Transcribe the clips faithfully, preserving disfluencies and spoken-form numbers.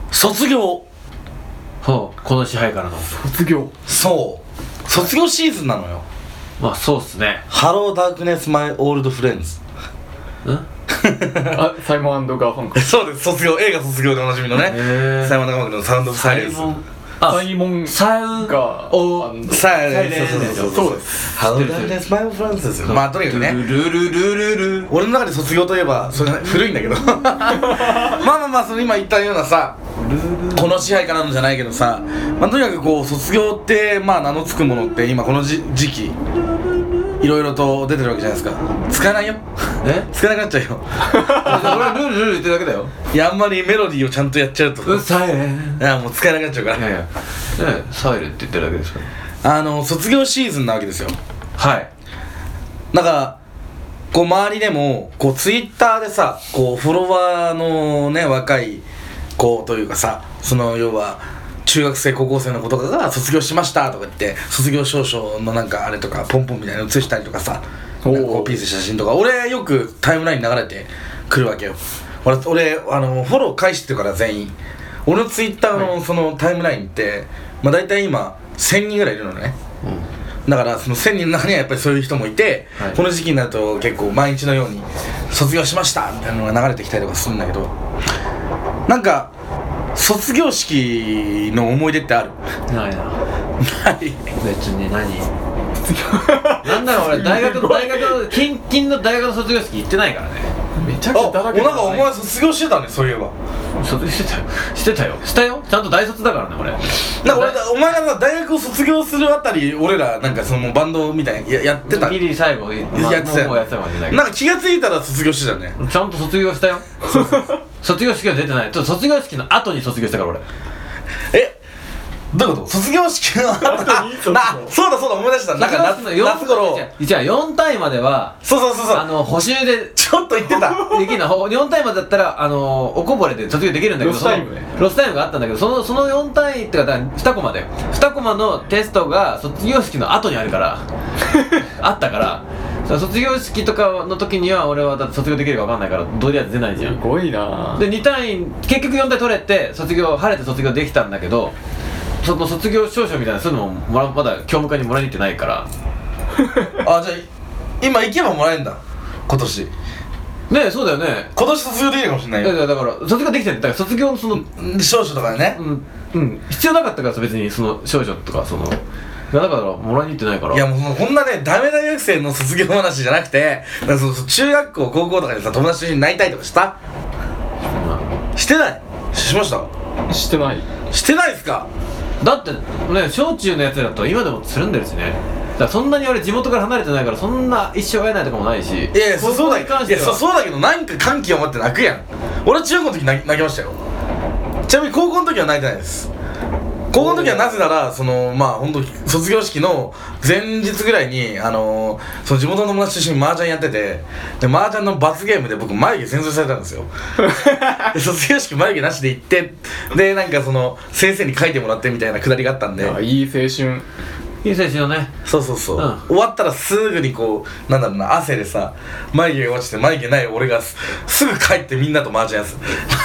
卒業。 ほう、この支配からの卒業。 そう卒業シーズンなのよ。 まあそうっすね。 ハローダークネスマイオールドフレンズ。 んあ、サイモン&ガーファンクル。 そうです、卒業、映画卒業でおなじみのね、 へーサイモン・ガーファンクルのサウンド・オブ・サイレンス。 あ、 サイモンサウがおサイレンス、 サイレンスそうそうそうです。ハローダークネスマイオールドフレンズですよ。まあとにかくね、 ルルルルルル俺の中で卒業といえばそれ古いんだけどまあまあまあ、その今言ったようなさ、この支配からのじゃないけどさ、まあとにかくこう卒業ってまあ名の付くものって今この時時期いろいろと出てるわけじゃないですか。使えないよ。 え使えなくなっちゃうよ。 俺ルルルル言ってるだけだよ。 いや、あんまりメロディーをちゃんとやっちゃうと、 うサイレン。 いやもう使えなくなっちゃうから。 いやいや、ね、サイレンって言ってるだけですから。 あの卒業シーズンなわけですよ。 はい。 だからこう周りでもこうツイッターでさ、こうフォロワーのね若い子というかさ、その要は中学生高校生の子とかが卒業しましたとか言って卒業証書のなんかあれとかポンポンみたいなの写したりとかさ、なんかこうピース写真とか俺よくタイムラインに流れてくるわけよ。俺俺あのフォロー返してるから全員。俺のツイッターのそのタイムラインってまあ大体今せんにんぐらいいるのね。うん、だからそのせんにんの中にはやっぱりそういう人もいて、はい、この時期になると結構毎日のように卒業しましたみたいなのが流れてきたりとかするんだけど、なんか卒業式の思い出ってある？ ないな。 ない。 別に何？なんだろう、俺大学の大学の近々の大学の卒業式行ってないからね。 めちゃくちゃだらけあ、なんかお前卒業してたね、そういえば。 卒業してたよ。してたよ。したよ。ちゃんと大卒だからね、俺。 なんか俺お前が大学を卒業するあたり、俺らなんかそのバンドみたいに や, やってた。 ギリ最後やってたよ。 もうやってたかもしれないけど。 なんか気がついたら卒業してたね。 ちゃんと卒業したよ。そうそうそう。卒業式は出てない。ちょっと卒業式の後に卒業したから俺。 え、どういうこと？卒業式の後に卒業。あ、そうだそうだ、思い出した。なんか夏の夏頃。 じゃあよん単位までは、 そうそうそうそう。 あの補習でちょっと言ってた。 できるの。よん単位までだったらあのおこぼれで卒業できるんだけど、 ロスタイムね。 ロスタイムがあったんだけど、そのそのよん単位ってかだにコマで、にコマのテストが卒業式の後にあるからあったから。卒業式とかの時には俺はだって卒業できるか分かんないからとりあえず出ないじゃん。 すごいな。 でに単位結局よん単位取れて卒業晴れて卒業できたんだけど、その卒業証書みたいなそういうのももらまだ教務課にもらいに行ってないからあ、じゃあ今行けばもらえるんだ、今年。 ねえ、そうだよね。 今年卒業できるかもしれないよ。 いやだから卒業できてるんだから卒業のその証書とかね、 うんうん必要なかったからさ、別にその証書とかそのいやだからもらいに行ってないから。 いやもうこんなねダメ大学生の卒業話じゃなくて、だからその中学校高校とかでさ友達と一緒に泣いたりとかした？してない？しました？ してない。 してないですか？ だってね、小中のやつだと今でもつるんでるしね。だからそんなに俺地元から離れてないからそんな一生会えないとかもないし。 いやいやそそうだに関してはいやそそうだけどなんか感極まって泣くやん。俺は中学校の時泣き泣きましたよ。ちなみに高校の時は泣いてないです。高校の時はなぜならそのまあ本当卒業式の前日ぐらいにあのー、その地元の友達と一緒に麻雀やってて、で麻雀の罰ゲームで僕眉毛戦争されたんですよで卒業式眉毛なしで行って、でなんかその先生に書いてもらってみたいなくだりがあったんで、 あ、いい青春。 いい青春だね。 そうそうそう、 うん、 終わったらすぐにこうなんだろうな、汗でさ眉毛が落ちて眉毛ない俺が す, すぐ帰ってみんなと麻雀やす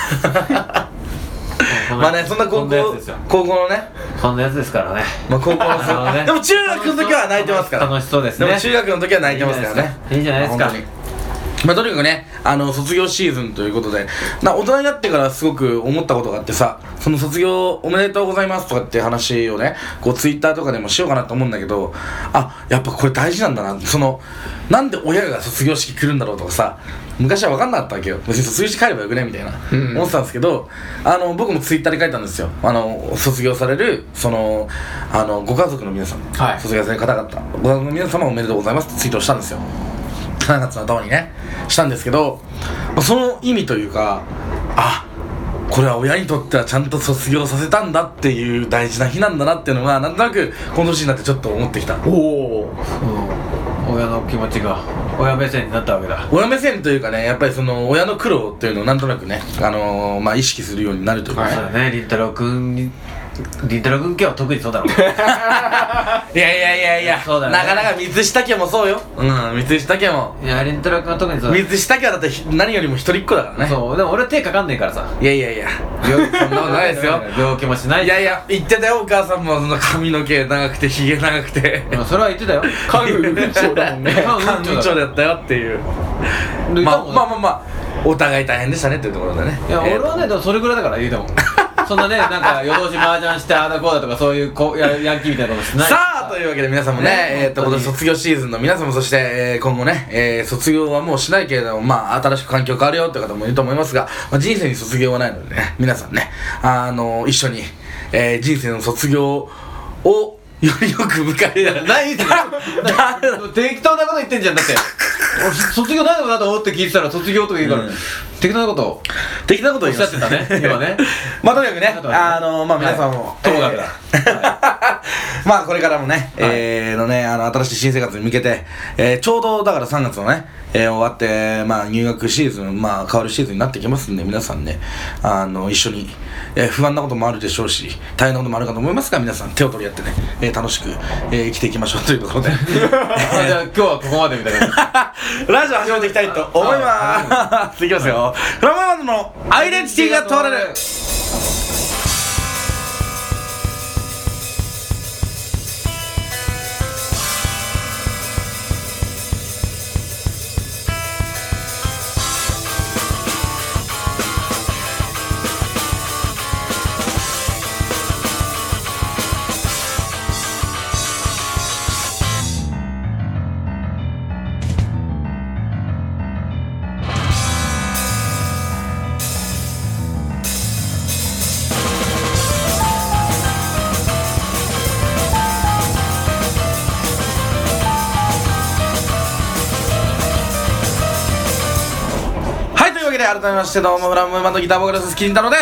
まあね、そんな高校高校のね、 そんなやつですからね。 まあ高校のね、でも中学の時は泣いてますから。 楽しそうですね。 でも中学の時は泣いてますからね。 いいじゃないですか。 まあとにかくね、あの卒業シーズンということで、な大人になってからすごく思ったことがあってさ、その卒業おめでとうございますとかって話をね、こうツイッターとかでもしようかなと思うんだけど、あ、やっぱこれ大事なんだな。そのなんで親が卒業式来るんだろうとかさ、昔は分かんなかったわけよ。別に卒業式帰ればよくねみたいな、うん、思ってたんですけど、あの僕もツイッターで書いたんですよ。あの卒業されるそのあのご家族の皆さん、はい、卒業される方々、ご家族の皆様おめでとうございますってツイートをしたんですよ。しちがつの頭にねしたんですけど、その意味というか、あ、これは親にとってはちゃんと卒業させたんだっていう大事な日なんだなっていうのがなんとなくこの年になってちょっと思ってきた。 おお、うん、親の気持ちが親目線になったわけだ。 親目線というかね、やっぱりその親の苦労っていうのをなんとなくね、あのー、まあ意識するようになるというか、 はい、そうだね。りんたろうくんリトル軍家は特にそうだろういやいやいやいや、 そうだよねなかなか三下家もそうよ。うん、三下家もいやリトル君は特にそうだ三下家だってひ何よりも一人っ子だからね。 そうでも俺は手かかんねえからさいやいやいや、病気そんなことないですよ。 病気もしないいやいや、言ってたよ、お母さんもその髪の毛長くてひげ長くてまあそれは言ってたよ関羽文鳥だもんね官部長だったよっていう。 でまあ多分まあまあまあ、お互い大変でしたねっていうところでね。 いや、 えー俺はねでもそれぐらいだから言うてもそんなねなんか夜通し麻雀してああだこうだとかそういうこやヤンキーみたいなことしないさあというわけで皆さんもね、 ねえー、っと今本当に年卒業シーズンの皆さんも、そして、えー、今後ね、えー、卒業はもうしないけれども、まあ新しく環境変わるよって方もいると思いますが、まあ、人生に卒業はないのでね、皆さんね、あのー、一緒に、えー、人生の卒業をよりよく迎えられ何言ってんの適当なこと言ってんじゃんだって俺卒業ないのかなと思って聞いてたら卒業とか言うから、 うん適当なことを的なことを言いまおっしゃってたね今ねまあとにかくね、 あとはねあのー、まあ皆さんも、 はいともかくだえーまあこれからもね、 はいえーのね、あの新しい新生活に向けて、えー、ちょうどだからさんがつのね、えー、終わってまあ入学シーズン、まあ変わるシーズンになってきますんで、皆さんね、あの一緒に、えー、不安なこともあるでしょうし、大変なこともあるかと思いますが、皆さん手を取り合ってね、えー、楽しく、えー、生きていきましょうというところであじゃあ今日はここまでみたいなラジオ始めていきたいと思いまーす。いきますよ。フラワーマンドのアイデンティティが問われる。改めましてどうもフラムバンドギターボーカルス金太郎です。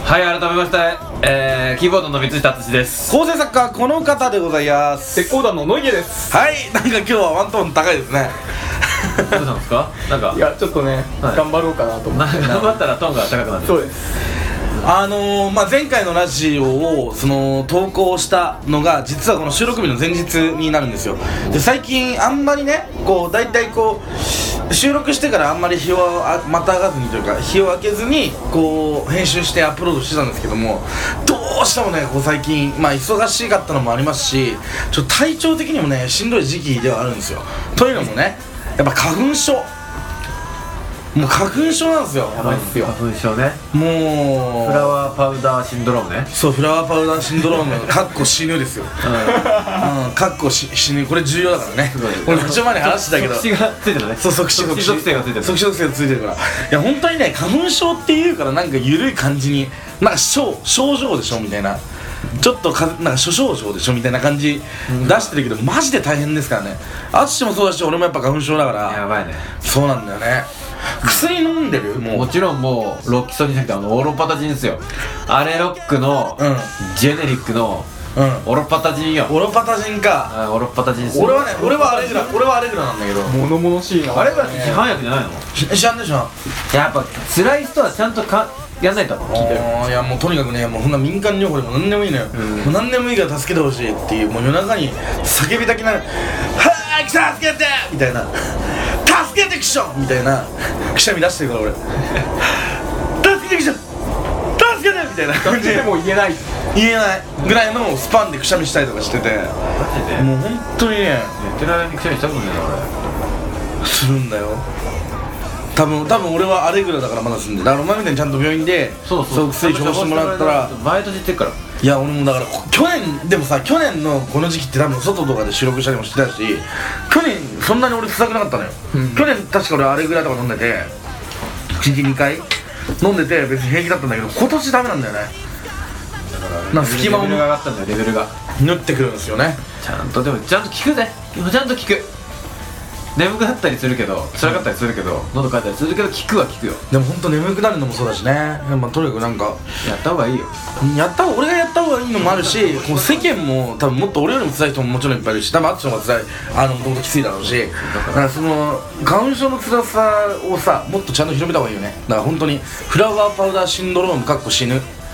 はい改めまして、えー、キーボードの三下敦です構成作家この方でございます鉄鋼団の野家です。 はい、なんか今日はワントーン高いですねどうしたんですかなんかいやちょっとね、 はい頑張ろうかなと思なって頑張ったらトーンが高くなってそうですあのー、まあ前回のラジオをその投稿したのが実はこの収録日の前日になるんですよ。で最近あんまりねこうだいたいこう収録してからあんまり日をあまたがずにというか日を空けずにこう編集してアップロードしてたんですけども、どうしてもねこう最近まあ忙しかったのもありますし、ちょっと体調的にもねしんどい時期ではあるんですよ。というのもねやっぱ花粉症、もう花粉症なんですよ。 やばいっすよ。 花粉症ねもうフラワーパウダーシンドロームねそうフラワーパウダーシンドロームかっこ死ぬですよ。うん、かっこし死ぬ、これ重要だからね。俺途中まで話してたけど即死がついてるねそう即死即死属性がついてる即死属性がついてるから、いや本当にね花粉症っていうからなんか緩い感じになんか症症状でしょみたいな、ちょっとかなんか諸症状でしょみたいな感じ出してるけど、マジで大変ですからね。淳もそうだし俺もやっぱ花粉症だからやばいねそうなんだよね。薬飲んでるもうもちろんもうロッキソニンじゃなくてあのオロパタジンですよ。アレロックのうんジェネリックのうんオロパタジンよ。 オロパタジンか。 あオロパタジンっすよ俺はね俺はアレグラ俺はアレグラなんだけど、 物々しいなあれが市販薬じゃないの？ し知らんでしょ。 やっぱ辛い人はちゃんとかやんないと思う。聞いてる。 あーいやもうとにかくねもうそんな民間療法でも何でもいいのよ、 うんもう何でもいいから助けてほしいっていう、もう夜中に叫びたくなる、はーい助けてみたいな、助けてくしょみたいなくしゃみ出してるから俺助けてくしょ助けてみたいな感じででも言えない言えないぐらいのスパンでくしゃみしたりとかしてて、 マジでもう本当にね寝てる間にくしゃみしたことねえな俺。 するんだよ。多分多分俺はアレグラだからまだすんで、だからお前みたいにちゃんと病院でそうそう薬処方してもらったら、 毎年言ってるからいや俺もだから去年でもさ去年のこの時期って多分外とかで収録したりもしてたし、去年そんなに俺辛くなかったのよ、 うん去年確か俺あれぐらいとか飲んでていちにちにかい飲んでて別に平気だったんだけど、今年ダメなんだよね。なんか隙間をレベルが上がったんだよレベルが。 縫ってくるんですよね。 ちゃんとでもちゃんと効くぜ。ちゃんと効く。眠くなったりするけど辛かったりするけど喉かいたりするけど効くは効くよ。 でもほんと眠くなるのもそうだしね、まあ、とにかくなんかやった方がいいよ。 やった方俺がやった方がいいのもあるし、こう世間も多分もっと俺よりも辛い人ももちろんいっぱいいるし、多分あっちの方が辛い、あのもともときついだろうし、だからその花粉症の辛さをさもっとちゃんと広めた方がいいよね。だから本当にフラワーパウダーシンドロームかっこ死ぬ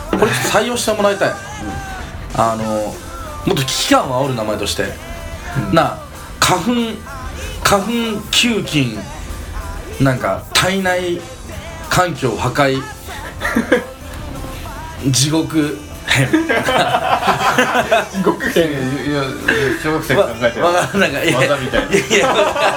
これちょっと採用してもらいたい、あのもっと危機感を煽る名前として、うん、な花粉花粉球菌なんか体内環境破壊地獄編地獄編いや小学生が考えてる、 わわなんかいや技みたいな、 いやいや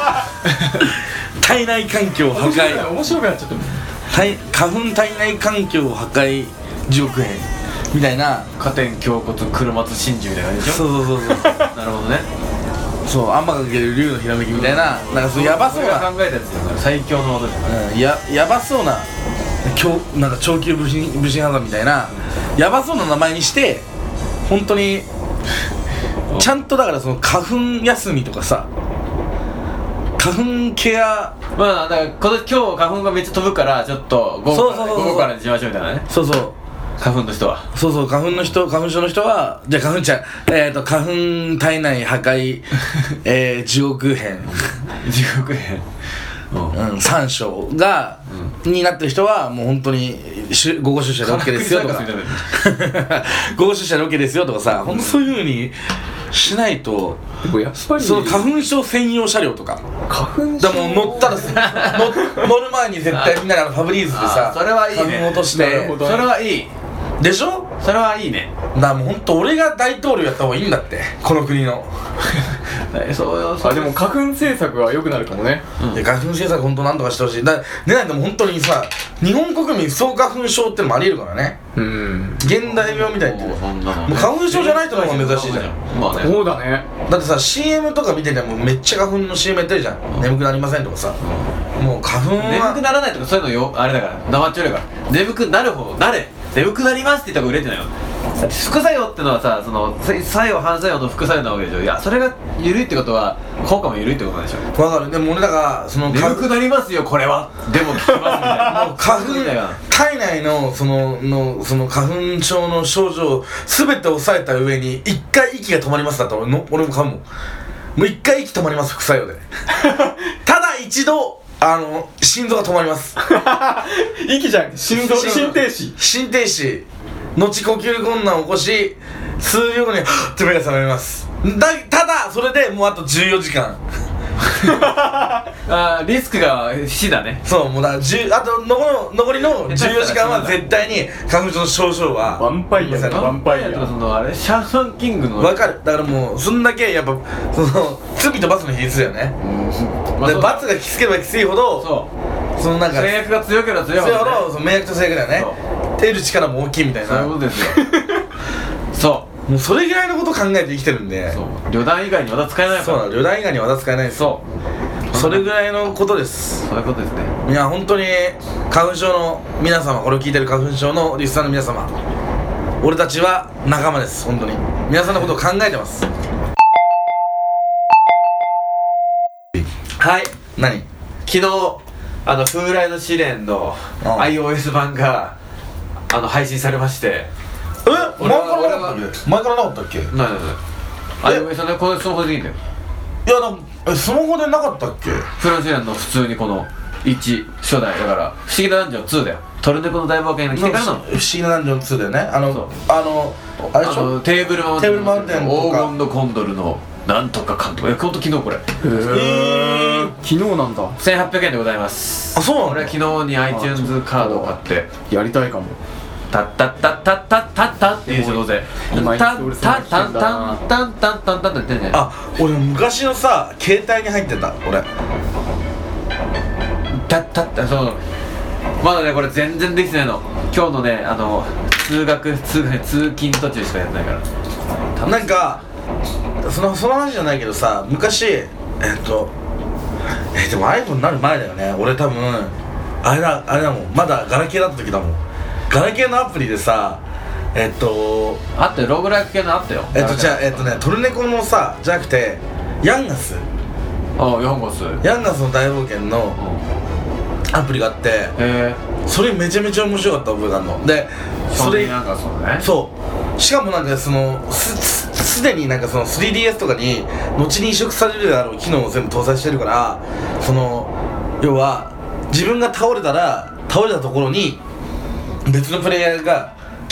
体内環境破壊面白くなっちゃってる。 体花粉体内環境破壊地獄編みたいな、 加点胸骨車松真珠みたいな感じでしょ。 そうそうそうそうなるほどね。 そうあんまかける竜のひらめきみたいな、なんかそうヤバそうな、 俺が考えたやつだから最強の技じゃない。 うん、ややばそうな強なんか長級武神武神肌みたいなやばそうな名前にして、本当にちゃんとだからその花粉休みとかさ、花粉ケア、 まあだから今年今日花粉がめっちゃ飛ぶからちょっと午後からそうそうそうそう午後からにしましょうみたいなね。 そうそう花粉の人はそうそう花粉の人花粉症の人はじゃあ花粉ちゃんえっ、ー、と花粉体内破壊えー、地獄編地獄編うん、さん章が、うん、になってる人はもう本当にし午後出社で OK ですよとか午後出社で OK ですよとかさ、うん、ほんとそういう風にしないと、 やっぱりその花粉症専用車両とか花粉症でも乗ったら乗, 乗る前に絶対みんながファブリーズでさそれはいいね、 花粉落として、ね、 それはいいでしょ。 それはいいね。 だからもうほんと俺が大統領やった方がいいんだってこの国のそうそうあでも花粉政策は良くなるかもね、 うん、で花粉政策本当なんとかしてほしい。だねなんでも本当にさ日本国民総花粉症ってのもありえるからね。 うん現代病みたいに言ってる。もう花粉症じゃない人の方が珍しいじゃん。 まあねそうだね。 だってさ シーエム とか見ててもめっちゃ花粉の シーエム やってるじゃん、うん、眠くなりませんとかさ、うん、もう花粉は眠くならないとかそういうのよあれだから生っちょろいから眠くなる方なれ眠くなりますって言った方が売れてないよ。副作用ってのはさその作用反作用の副作用なわけでしょ。いやそれが緩いってことは効果も緩いってことなんでしょ。 わかる。でも俺だからその眠くなりますよこれはでも効きますみたいなもう花粉体内のそののその花粉症の症状を全て抑えた上に一回息が止まりますだったら俺の俺も買うもん。もう一回息止まります副作用でただ一度あの心臓が止まります息じゃん心臓心停止心停止後呼吸困難を起こし数秒後にはっって目が覚めます。だただそれでもうあとじゅうよじかんあリスクが死だね。 そうもうだからじゅうあと残の残りのじゅうよじかんは絶対に花粉症の症状はワンパイアだワンパイアとかそのあれシャーマンキングの分かる。だからもうそんだけやっぱその罪と罰の比率だよね。うん、まあ、で罰がきつければきついほどそうそのなんか制約が強ければ強いほど、ね、 強いほどその迷惑と制約だよね。得る力も大きいみたいなそういうことですよそうもうそれぐらいのことを考えて生きてるんで。 そう旅団以外に技使えないから。 そうなの旅団以外に技使えないんです。 そうそれぐらいのことです。 そういうことですね。 いや本当に花粉症の皆様これを聞いてる花粉症のリスナーの皆様俺たちは仲間です。本当に皆さんのことを考えてます。 はい何昨日あの風来の試練の iOS 版があの配信されまして。 え前からなかったっけ前からなかったっけ。 ないないない iOS ねこれスマホでいいんだよ。 いやなんえスマホでなかったっけ。 風来の試練の普通にこのいち初代だから不思議なダンジョンツーだよ。トルネコの大冒険が来てからの不思議なダンジョンツーだよね。あのあのあれでしょテーブルマウンテンテーブルマウンテンとか黄金のコンドルのなんとかかんとかえほんと昨日これへえ昨日なんだ。 せんはっぴゃくえんでございます。 あそうなんだ。 俺は昨日に iTunes カードを買ってやりたいかも。 タッタッタッタッタッタッタッって言うでしょどうせタッタッタッタンタンタンタンタンタンって言ってんじゃない。 あ俺昔のさ携帯に入ってた俺タッタッタそうまだねこれ全然できてないの。今日のねあの通学通学通勤途中しかやってないからなんかそのその話じゃないけどさ昔えっとえでも iPhone になる前だよね。俺多分あれだあれだもんまだガラケーだった時だもん。ガラケーのアプリでさえっとあったよローグライク系のあったよ。 えっとじゃあえっとねトルネコのさじゃなくてヤンガスあヤンガスヤンガスの大冒険のアプリがあってへえそれめちゃめちゃ面白かった覚えがあるのでそれなんかそうねそうしかもなんかそのすすでになんかその スリーディーエス とかに後に移植されるであろう機能を全部搭載してるからその要は自分が倒れたら倒れたところに別のプレイヤーが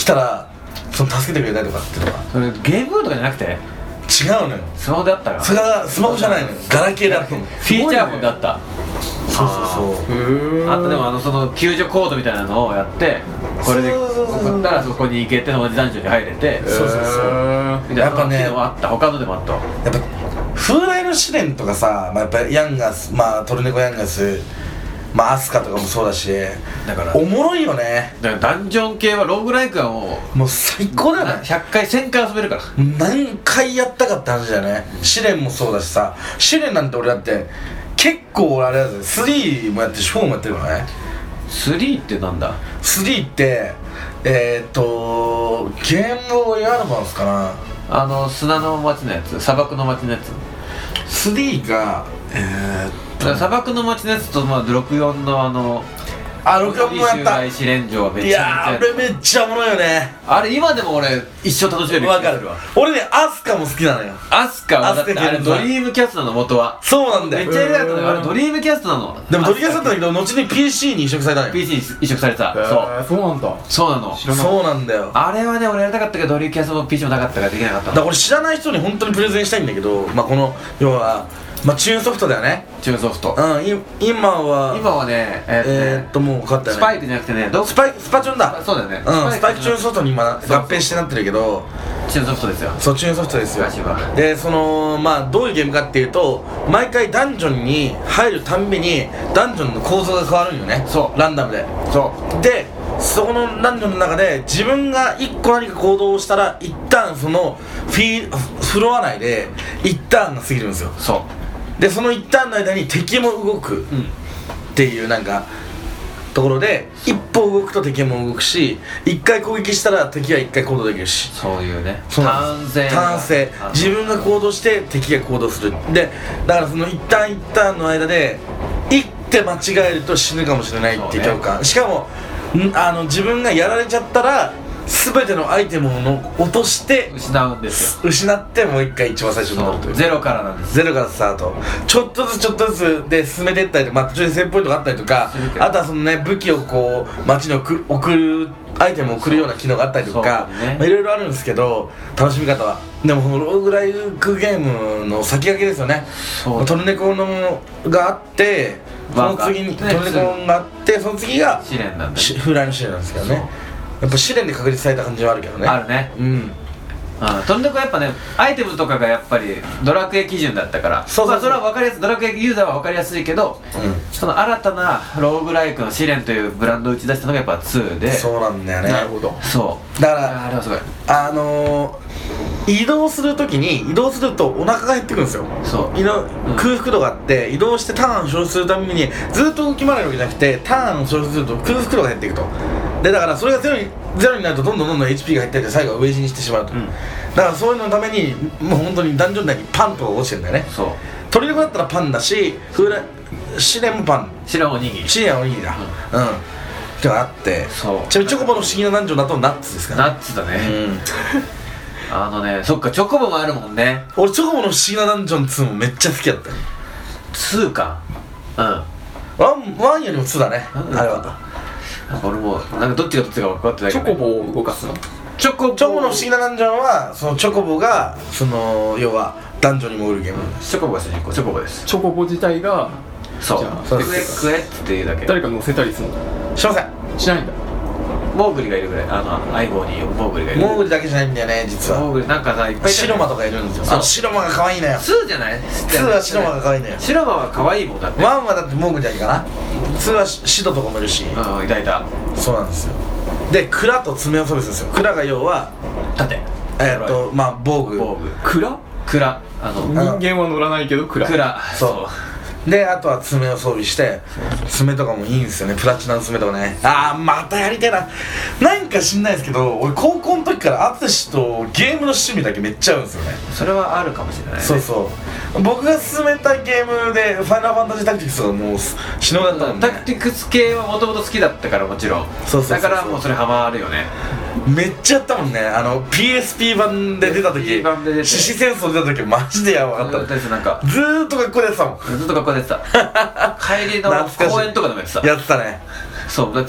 来たらその助けてくれたりとかっていうのがそれゲームとかじゃなくて違うのよ。 スマホであったからそれがスマホじゃないのよ、ガラケーだったの。 フィーチャーフォンだった。 そうそうそう。 へーあとでもあのその救助コードみたいなのをやってこれでそうそうそうそう送ったらそこに行けて同じダンジョンに入れてそうそうそうみたいなやっぱね機能もあった他のでもあったやっぱ風来の試練とかさ、まあ、やっぱヤンガス、まあトルネコヤンガス、まあアスカとかもそうだし、 だからおもろいよね。 だからダンジョン系はローグライクはももう最高だようね。 ひゃっかいせんかい遊べるから何回やったかって話だよね。試練もそうだしさ、試練なんて俺だって結構俺あれだぜ、スリーもやってるしフォーもやってるからね。 スリーってなんだ。 スリーってえー、っとゲームボーイアドバンスかな。 あの砂の町のやつ、砂漠の町のやつ。 スリーがえー、っだから砂漠の町のやつと、まあ、ろくじゅうよんのあのあ、ろくじゅうよんもやった。 大試練場はめいちゃやー、 めちあれめっちゃおもろいよね。 ゃあれ今でも俺一生楽しめる気わかるがするわ。 俺ね、アスカも好きなのよ。 アスカはだってアスカあれドリームキャストなの元は。 そうなんだよ。 めっちゃやりたかったのよ。あれドリームキャストなの。 でもドリキャスだったんだけど、後に ピーシー に移植されたのよ。 ピーシー に移植されてた。そうへーそうなんだ。 そうなの。 知らない。 そうなんだよ。 あれはね俺やりたかったけどドリームキャストも ピーシー もなかったからできなかったの。 だから俺知らない人に本当にプレゼンしたいんだけど、まあこの要はまあチューンソフトだよね。 チューンソフト。 うん、い今は今はねえーっとねえー、っともう分かったよね。 スパイクじゃなくてねどスパイスパチューンだ。 そうだよね。 うん、スパイクチューンソフトに今合そうそう併してなってるけど、 チューンソフトですよ。 そうチューンソフトですよ。 昔はでそのまあどういうゲームかっていうと、毎回ダンジョンに入るたんびにダンジョンの構造が変わるんよね。 そうランダムで。 そうでそこのダンジョンの中で自分が一個何か行動をしたら一旦そのフィーフロア内で一旦が過ぎるんですよ。 そうでその一旦の間に敵も動くうんっていうなんかところで、一歩動くと敵も動くし、一回攻撃したら敵は一回行動できるし、 そういうねそうなんです。 単性単性、自分が行動して敵が行動する。でだからその一旦一旦の間で一手間違えると死ぬかもしれないっていう恐怖感、しかもんあの自分がやられちゃったら全てのアイテムをの落として失うんですよ。 失ってもう一回一番最初に戻るというゼロからなんです。 ゼロからスタート、ちょっとずつちょっとずつで進めていったりとか、まあ、途中でセーブポイントがあったりとか、あとはそのね武器をこう街に送る送るアイテムを送るような機能があったりとか、 そうねまあ、いろいろあるんですけど、楽しみ方はでもこのローグライクゲームの先駆けですよね。 そうトルネコのがあってその次にトまあルネコがあってその次が試練なんだし風来の試練なんですけどね。やっぱ試練で確立された感じはあるけどね。 あるね。 うんあトルネコやっぱねアイテムとかがやっぱりドラクエ基準だったからそうそうそうまあそれは分かりやすい、ドラクエユーザーは分かりやすいけど、 うんその新たなローグライクの試練というブランドを打ち出したのがやっぱツーでそうなんだよね。 なるほど。 そうだからあれはすごいあのー、移動するときに移動するとお腹が減ってくるんですよ。 そう移動、 うん空腹度があって移動してターンを消費するためにずっと動き回るわけじゃなくてターンを消費すると空腹度が減っていくと。でだからそれがゼロにゼロになるとどんどんどんどん エイチピー が減っていって最後は飢え死にしてしまうと、 うんだからそういうののためにもう本当にダンジョン内にパンとか落ちてるんだよね。 そうトリネコだったらパンだし風来試練もパン、 試練おにぎり試練はおにぎりだうん、ってのがあって、 そうちなみにチョコボの不思議なダンジョンだとナッツですからナッツだね、 うんあのねそっかチョコボもあるもんね。 俺チョコボの不思議なダンジョンツーもめっちゃ好きだったよ。 ツーかうんワン、ワンよりもツーだね、 うんあれは。 俺もなんかどっちがどっちか分かってないけど、ね、 チョコボを動かすの。 チョコボチョコボの不思議なダンジョンはそのチョコボがその要はダンジョンに潜るゲーム。 チョコボが主人公、チョコボです。 チョコボ自体がそうじゃあクエクエっていうだけ。 誰か乗せたりするの。 しません。 しないんだ。 モーグリがいるぐらい、あの相棒にモーグリがいる。 モーグリだけじゃないんだよね実は。 モーグリなんかさいっぱいいたよねシロマとかいるんですよ。 そうあのシロマが可愛いのよ。 ツーじゃない？ ツーはシロマが可愛いのよ。 シロマは可愛いもんだって。 ワンはだってモーグリだけかな。ツーはシドとかもいるし。 うんいたいた。 そうなんですよ。でクラと爪をそべすんですよ。クラが要は縦。 えーっとまあ防具。 防具。 クラ？ クラあの人間は乗らないけどクラ。 クラそうであとは爪を装備して爪とかもいいんですよね。プラチナの爪とかね。ああまたやりたいな。なんか知んないですけど俺高校の時からアツシとゲームの趣味だけめっちゃ合うんですよね。 それはあるかもしれないね。 そうそう僕が進めたゲームでファイナルファンタジータクティクスがもう死ぬほどだったもんね。 タクティクス系はもともと好きだったからもちろん。 そうそうそうそうだからもうそれハマるよね。 めっちゃやったもんね。あの ピーエスピー 版で出た時ピーエスピー 版で出て獅子戦争出た時マジでやばかった。 私なんかずーっと学校でやってたもん。 ずっと学校でやってた帰りの懐かしい公園とかでもやってた。 やってたね。 そうだから ピーエス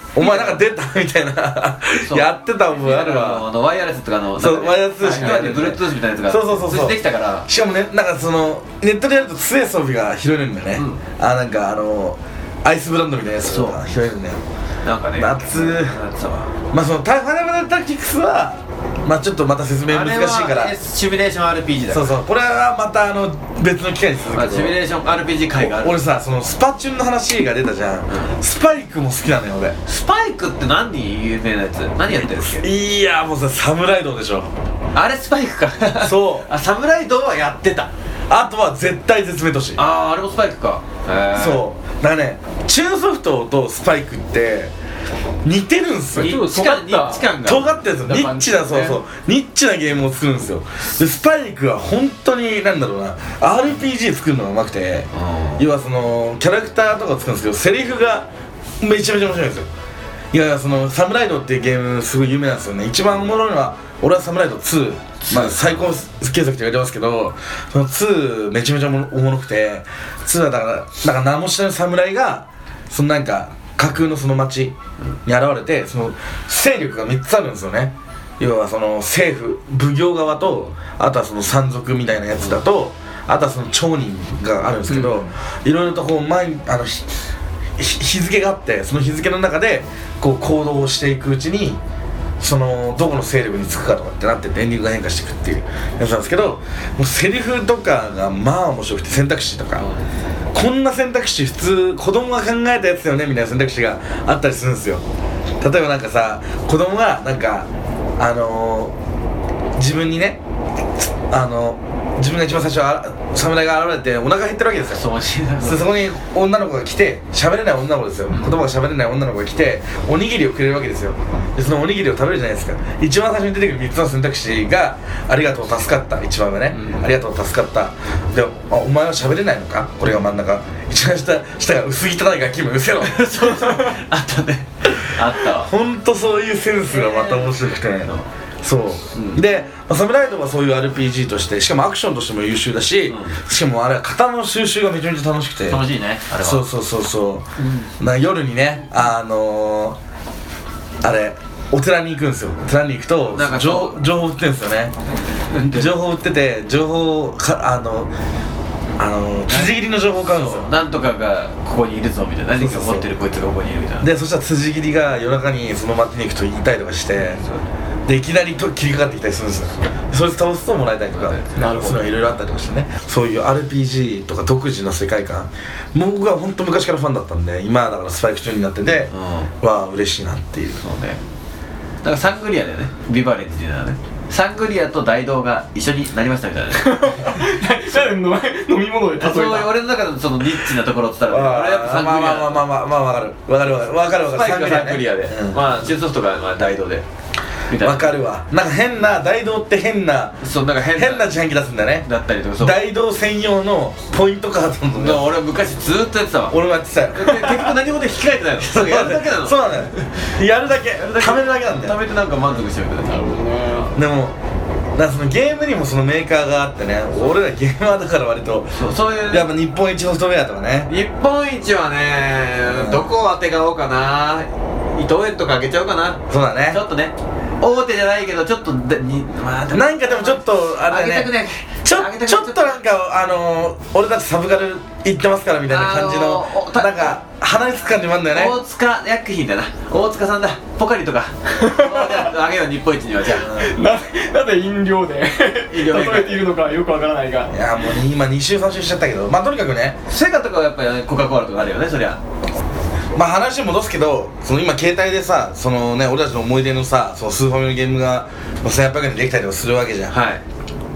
お前なんか出たみたいなやってた覚えあるわ。 あのワイヤレスとかのそうワイヤレス通信いわゆる Bluetooth みたいなやつがそうそうそうそう通じてきたから。 しかもねなんかそのネットでやると強い装備が拾えるんだよね、うん、あなんかあのアイスブランドみたいなやつが拾えるんだよ。 なんかね夏まあそのファイナルファンタジータクティクスはまあちょっとまた説明難しいから、あれはシミュレーション アールピージー だから。 そうそうこれはまたあの別の機会にするけど、まあ、 シミュレーション アールピージー 回がある。 俺さそのスパチュンの話が出たじゃん、うん、スパイクも好きなのよ俺。 スパイクって何有名なやつ何やってるんですか。いやもうさサムライドでしょあれスパイクかそうあサムライドはやってた。 あとは絶対絶命都市。 あああれもスパイクか。 へえそうだからねチューンソフトとスパイクって似てるんすよ。 ニッチ感ニッチ感が尖ってるんですよ。ニッチなそうそうニッチなゲームを作るんですよ。でスパイクは本当になんだろうな アールピージー 作るのがうまくて、要はそのキャラクターとかを作るんですけどセリフがめちゃめちゃ面白いんですよ。いやそのサムライドっていうゲームすごい有名なんですよね。一番おもろいのは俺はサムライドツー、まあ最高傑作って言われてますけど、そのツーめちゃめちゃおもろくて、ツーはだからなんか名も知らぬ侍がそのなんか架空のその町に現れて、その勢力がみっつあるんですよね。要はその政府奉行側と、あとはその山賊みたいなやつだと、あとはその町人があるんですけど、いろいろとこう前あの日付があって、その日付の中でこう行動をしていくうちにそのどこの勢力につくかとかってなっててエンディングが変化していくっていうやつなんですけど、もうセリフとかがまあ面白くて、選択肢とかこんな選択肢普通子供が考えたやつだよねみたいな選択肢があったりするんですよ。例えばなんかさ、子供がなんかあのー、自分にねあの自分が一番最初あ侍が現れてお腹減ってるわけですよ。 そうしいな。 そこに女の子が来て、喋れない女の子ですよ、うん、言葉が喋れない女の子が来ておにぎりをくれるわけですよ。でそのおにぎりを食べるじゃないですか。一番最初に出てくるみっつの選択肢がありがとう助かった、一番上ね、うん、ありがとう助かったで、あお前は喋れないのか、これが真ん中、一番下下が薄汚いガキもうせろそうそうあったねあったわ。 ほんとそういうセンスがまた面白くて、えーそう、うん、で、まあ、サムライドはそういう アールピージー として、しかもアクションとしても優秀だし、うん、しかもあれは刀の収集がめちゃめちゃ楽しくて楽しいねあれは。 そうそうそうそう、うん、な夜にねあのー、あれお寺に行くんですよ。寺に行くとなんか情報売ってるんですよね情報売ってて、情報かあのあの辻斬りの情報を買うんですよ。 なんとかがここにいるぞみたいな、何か持ってるこいつがここにいるみたいな。 でそしたら辻斬りが夜中にその町に行くと言いたりとかして、でいきなりと切りかかってきたりするんですよ。それ倒すともらえたりとか、なるほど、そういうのがいろいろあったりとかしてね。そういう アールピージー とか独自の世界観、僕が本当昔からファンだったんで、今だからスパイク中になってて、うん、わあ嬉しいなっていう。 そうね。だからサングリアだよね、ビバレッジっていうのはね。サングリアと大道が一緒になりましたみたいなね飲み物で例えた。 そう俺の中でそのニッチなところって言ったら、ね、俺やっぱサングリア。 まあまあまあまあまあわかるわかるわかるわかるわかる。 スパイクがサングリアで、うん、まあチューソフトがまあ大道でわかるわ。なんか変な大道って変なそうなんか変な変な自販機出すんだね。 だったりとか、そう大道専用のポイントカードの。 俺は昔ずーっとやってたわ。 俺もやってたよ。 結局何もで引き換えてないの。そうやるだけなの。 そうなのよ。やるだけ貯めるだけなんだよ。 貯めてなんか満足してるみたいな。なるほどね。 でもだからそのゲームにもそのメーカーがあってね、俺らゲーマーだから割とそうそういうやっぱ日本一ソフトウェアとかね。 日本一はね、うん、どこを当てがおうかな。伊藤園とかあげちゃおうかな。 そうだね。 ちょっとね。大手じゃないけどちょっとでに、 まあ、なんかでもちょっとあれだね、ちょちょっとなんかあのー、俺たちサブカル行ってますからみたいな感じの、あのー、なんか鼻につく感じもあるんだよね。 大塚薬品だな、大塚さんだ、ポカリとかあげよう日本一には。じゃあな, なんで飲料で例えているのかよくわからないが、 いやもう今に周さん周しちゃったけど、まあとにかくね、 セガとかはやっぱりコカ・コーラとかあるよね、そりゃ。 まあ話戻すけど、その今携帯でさ、そのね俺たちの思い出のさ、そのスーファミのゲームがせんはっぴゃくえんでできたりとかするわけじゃん。 はい。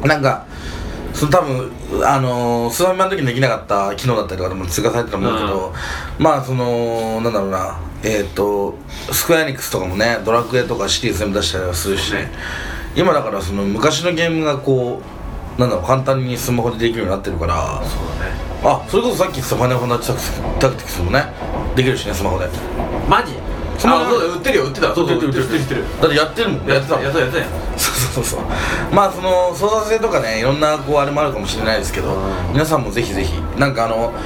なんかその多分あのー、スーファミ版の時にできなかった機能だったりとかでも追加されてたと思うけど、うん、まあそのなんだろうな、えっ、ー、とスクエアエニックスとかもね、ドラクエとかシリーズ全部出したりはするし、ね、今だからその昔のゲームがこうなんだろう、簡単にスマホでできるようになってるから。 そうだね。 あ、それこそさっき言ってたファイナルファンタジータクティクスもねできるしね、スマホで。 マジ？ そのそう売ってるよ、売ってた。 そうそう売ってる売ってる売ってる。だってやってるもん。やってたもん。 やってたやってたやん。 そうそうそうそう。まあその操作性とかね、いろんなこうあれもあるかもしれないですけど、皆さんもぜひぜひなんかあの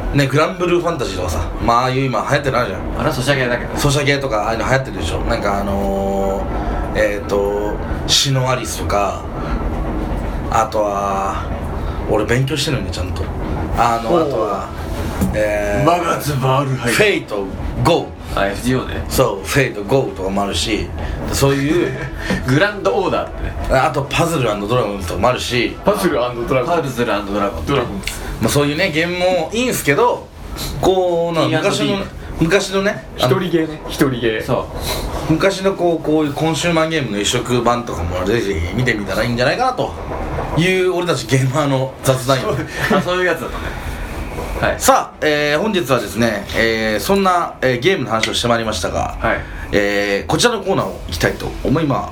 ねグランブルーファンタジーとかさ、まあああいう今流行ってるのあるじゃん。 あれはソシャゲだけどソシャゲとかああいうの流行ってるでしょ。なんかあのー、えっ、ー、とシノアリスとか、あとは俺勉強してるんでちゃんとあのあとはえー、 マガツバールハイフェイト ゴーあ エフジーオー ねそうフェイト ゴー とかもあるし、そういうグランドオーダーってね、 あとパズル&ドラゴンズとかもあるし、 パズル&ドラゴンパズル&ドラゴンドラゴンズまあ、そういうねゲームもいいんすけど、こうなティーアンドディー昔の昔のね一人ゲーね一人ゲーそう昔のこうこういうコンシューマーゲームの移植版とかもぜひ見てみたらいいんじゃないかなという俺たちゲーマーの雑談よあそういうやつだったね。はい、 さあ、えー、本日はですね、えー、そんな、えー、ゲームの話をしてまいりましたが、 はい、 えー、こちらのコーナーをいきたいと思います。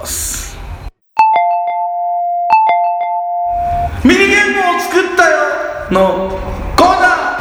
ミニゲームを作ったよのコーナー。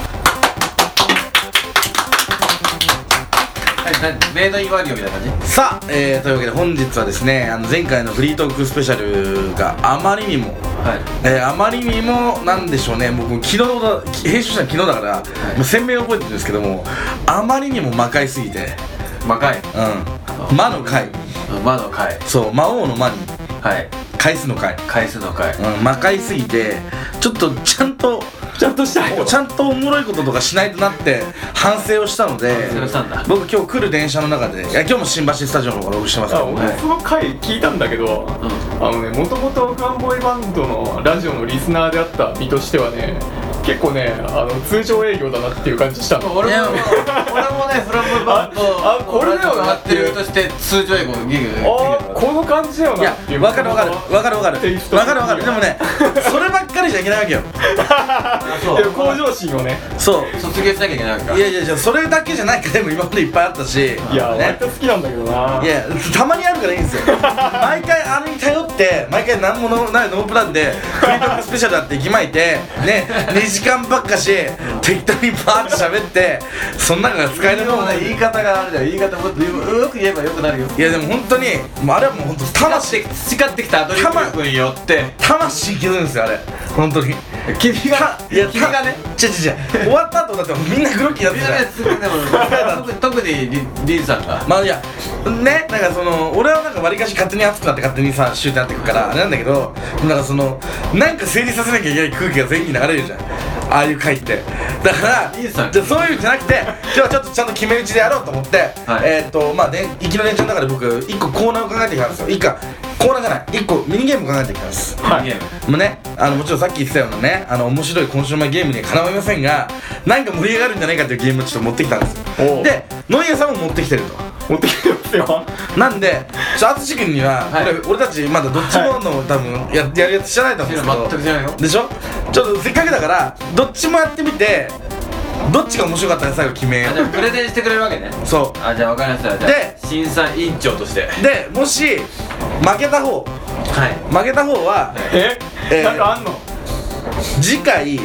メイドインワリオみたいな感じ。 さあ、えー、というわけで本日はですね、あの前回のフリートークスペシャルがあまりにも、 はいえー、あまりにもなんでしょうね、僕昨日だ編集したの昨日だから、 い、 もう鮮明に覚えてるんですけども、あまりにも魔界すぎて、 魔界、 うん、魔の界、 魔の界、 そう魔王の魔にはい返すの界、 返すの界、 うん、魔界すぎてちょっとちゃんとちゃんとしたいよちゃんとおもろいこととかしないとなって反省をしたので、 反省をしたんだ。 僕今日来る電車の中で、いや今日も新橋スタジオの方から録してますけあど、 俺その回聞いたんだけど、あのねもともとフランボイバンドのラジオのリスナーであった身としてはね、結構ねあの通常営業だなっていう感じしたの。 俺もいや俺もねフランボイバンドああこれだよなやってるとして通常英語ギグあーこの感じだよいやなっていう。 分かる分かる分かる分かるテイスト分かる分かる。でもねそればっかりじゃいけないわけよ。 そういや向上心をね。 そう卒業しなきゃいけないわけか。 いやいやいやそれだけじゃないからでも今までいっぱいあったし、 いや割ね、 と好きなんだけどな。 いやたまにあるからいいんですよ。毎回あれに頼って毎回何ものないノープランでフリートークスペシャルだって息巻いてねにじかんばっかし適当にバーって喋ってその中が使えるでもね言い方があるじゃん。言い方もっとよく言えばよくなるよ。 いやでも本当にもうあれはもう本当魂培ってきたアドリブ力によって魂いけるんですよあれ本当に。 君がいや君がね違う違う違う終わった後だってみんなグロッキーだっみたじゃん。 んなねすごいでも特に特にリリーズさんがまあいやねなんかその俺はなんかわりかし勝手に熱くなって勝手にさシューってなってくからあれなんだけど、なんかそのなんか成立させなきゃいけない空気が全員に流れるじゃんああいう回って。だからいいさんじゃあそういうんじゃなくて今日はちょっとちゃんと決め打ちでやろうと思って、 はいえーっとまあね行きの電車の中で僕いっこコーナーを考えてきたんですよ。いっかコーナーじゃないいっこミニゲームを考えてきたんです。 はいゲームもうね、あのもちろんさっき言ってたようなねあの面白いコンシューマーゲームにはかなわいませんが、なんか盛り上がるんじゃないかというゲームをちょっと持ってきたんですよ。 おうでノイエさんも持ってきてると。 持ってきてますよ。 なんでちょ淳君には、 はい俺俺たちまだどっちもの、多分ややるやつ知らないと思うんですけど全く知らないよ。 でしょ。ちょっとせっかくだからどっちもやってみてどっちが面白かったか最後決めよあじゃあプレゼンしてくれるわけね。 う。そあじゃあ分かりました。じゃあで審査委員長としてうでもし負けた方はい負けた方はええーなんかあんの。 次回、 はい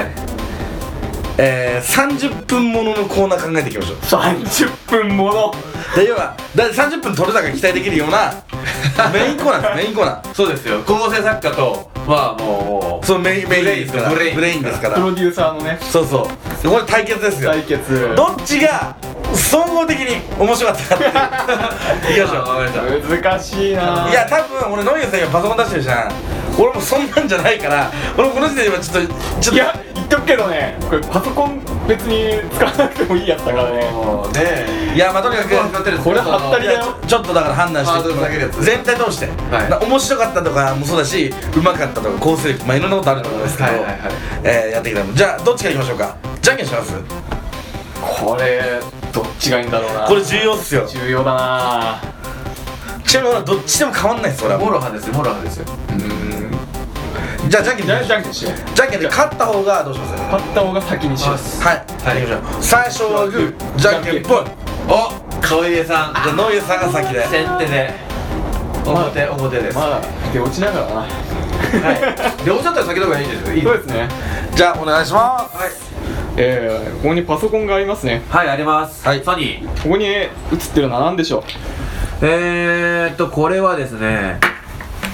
えー、さんじゅっぷんもののコーナー考えていきましょう。 さんじゅっぷんもの。 で要はださんじゅっぷん取れたか期待できるようなメインコーナーですメインコーナー。 そうですよ。構成作家とはもうそうメインメインですからブレインブレインですからプロデューサーのねそうそうこれ対決ですよ。 対決。 どっちが総合的に面白かったかっていういきましょわかりました。 難しいな。 う。いや多分俺ノイエさん今パソコン出してるじゃん。俺もそんなんじゃないから俺もこの時点で今ちょっとちょっといや言っとくけどね、これパソコン別に使わなくてもいいやつだからね。 もうねいやまあとにかくこれはったりだよ。 ちょっとだから判断してハードル下げるやつ全体通して、 はいな面白かったとかもそうだしうまかったとか構成力まあいろんなことあると思うんですけど、 はいはいはいえーやってきたのじゃあどっちからいきましょうか。じゃんけんします。 これどっちがいいんだろうな。 これ重要っすよ。 重要だな。 ちなみに俺はどっちでも変わんないっす俺は。 モロハですよ。モロハですよ。 じゃあじゃんけんじゃんじゃんけんしよう。 じゃんけんで勝った方がどうします。 勝った方が先にします。 はい、 はい行きましょう。最初はグーじゃんけんぽい。 おノイエさんじゃあノイエさんが先で。 先手で表表です。 まあ出落ちながらな。 はい。でおっしゃったら先の方がいいですよ。いいそうですね。 じゃあお願いします。 はいえー、ここにパソコンがありますね。 はいあります。 はいソニー。 ここに映ってるのは何でしょう。 えーっとこれはですね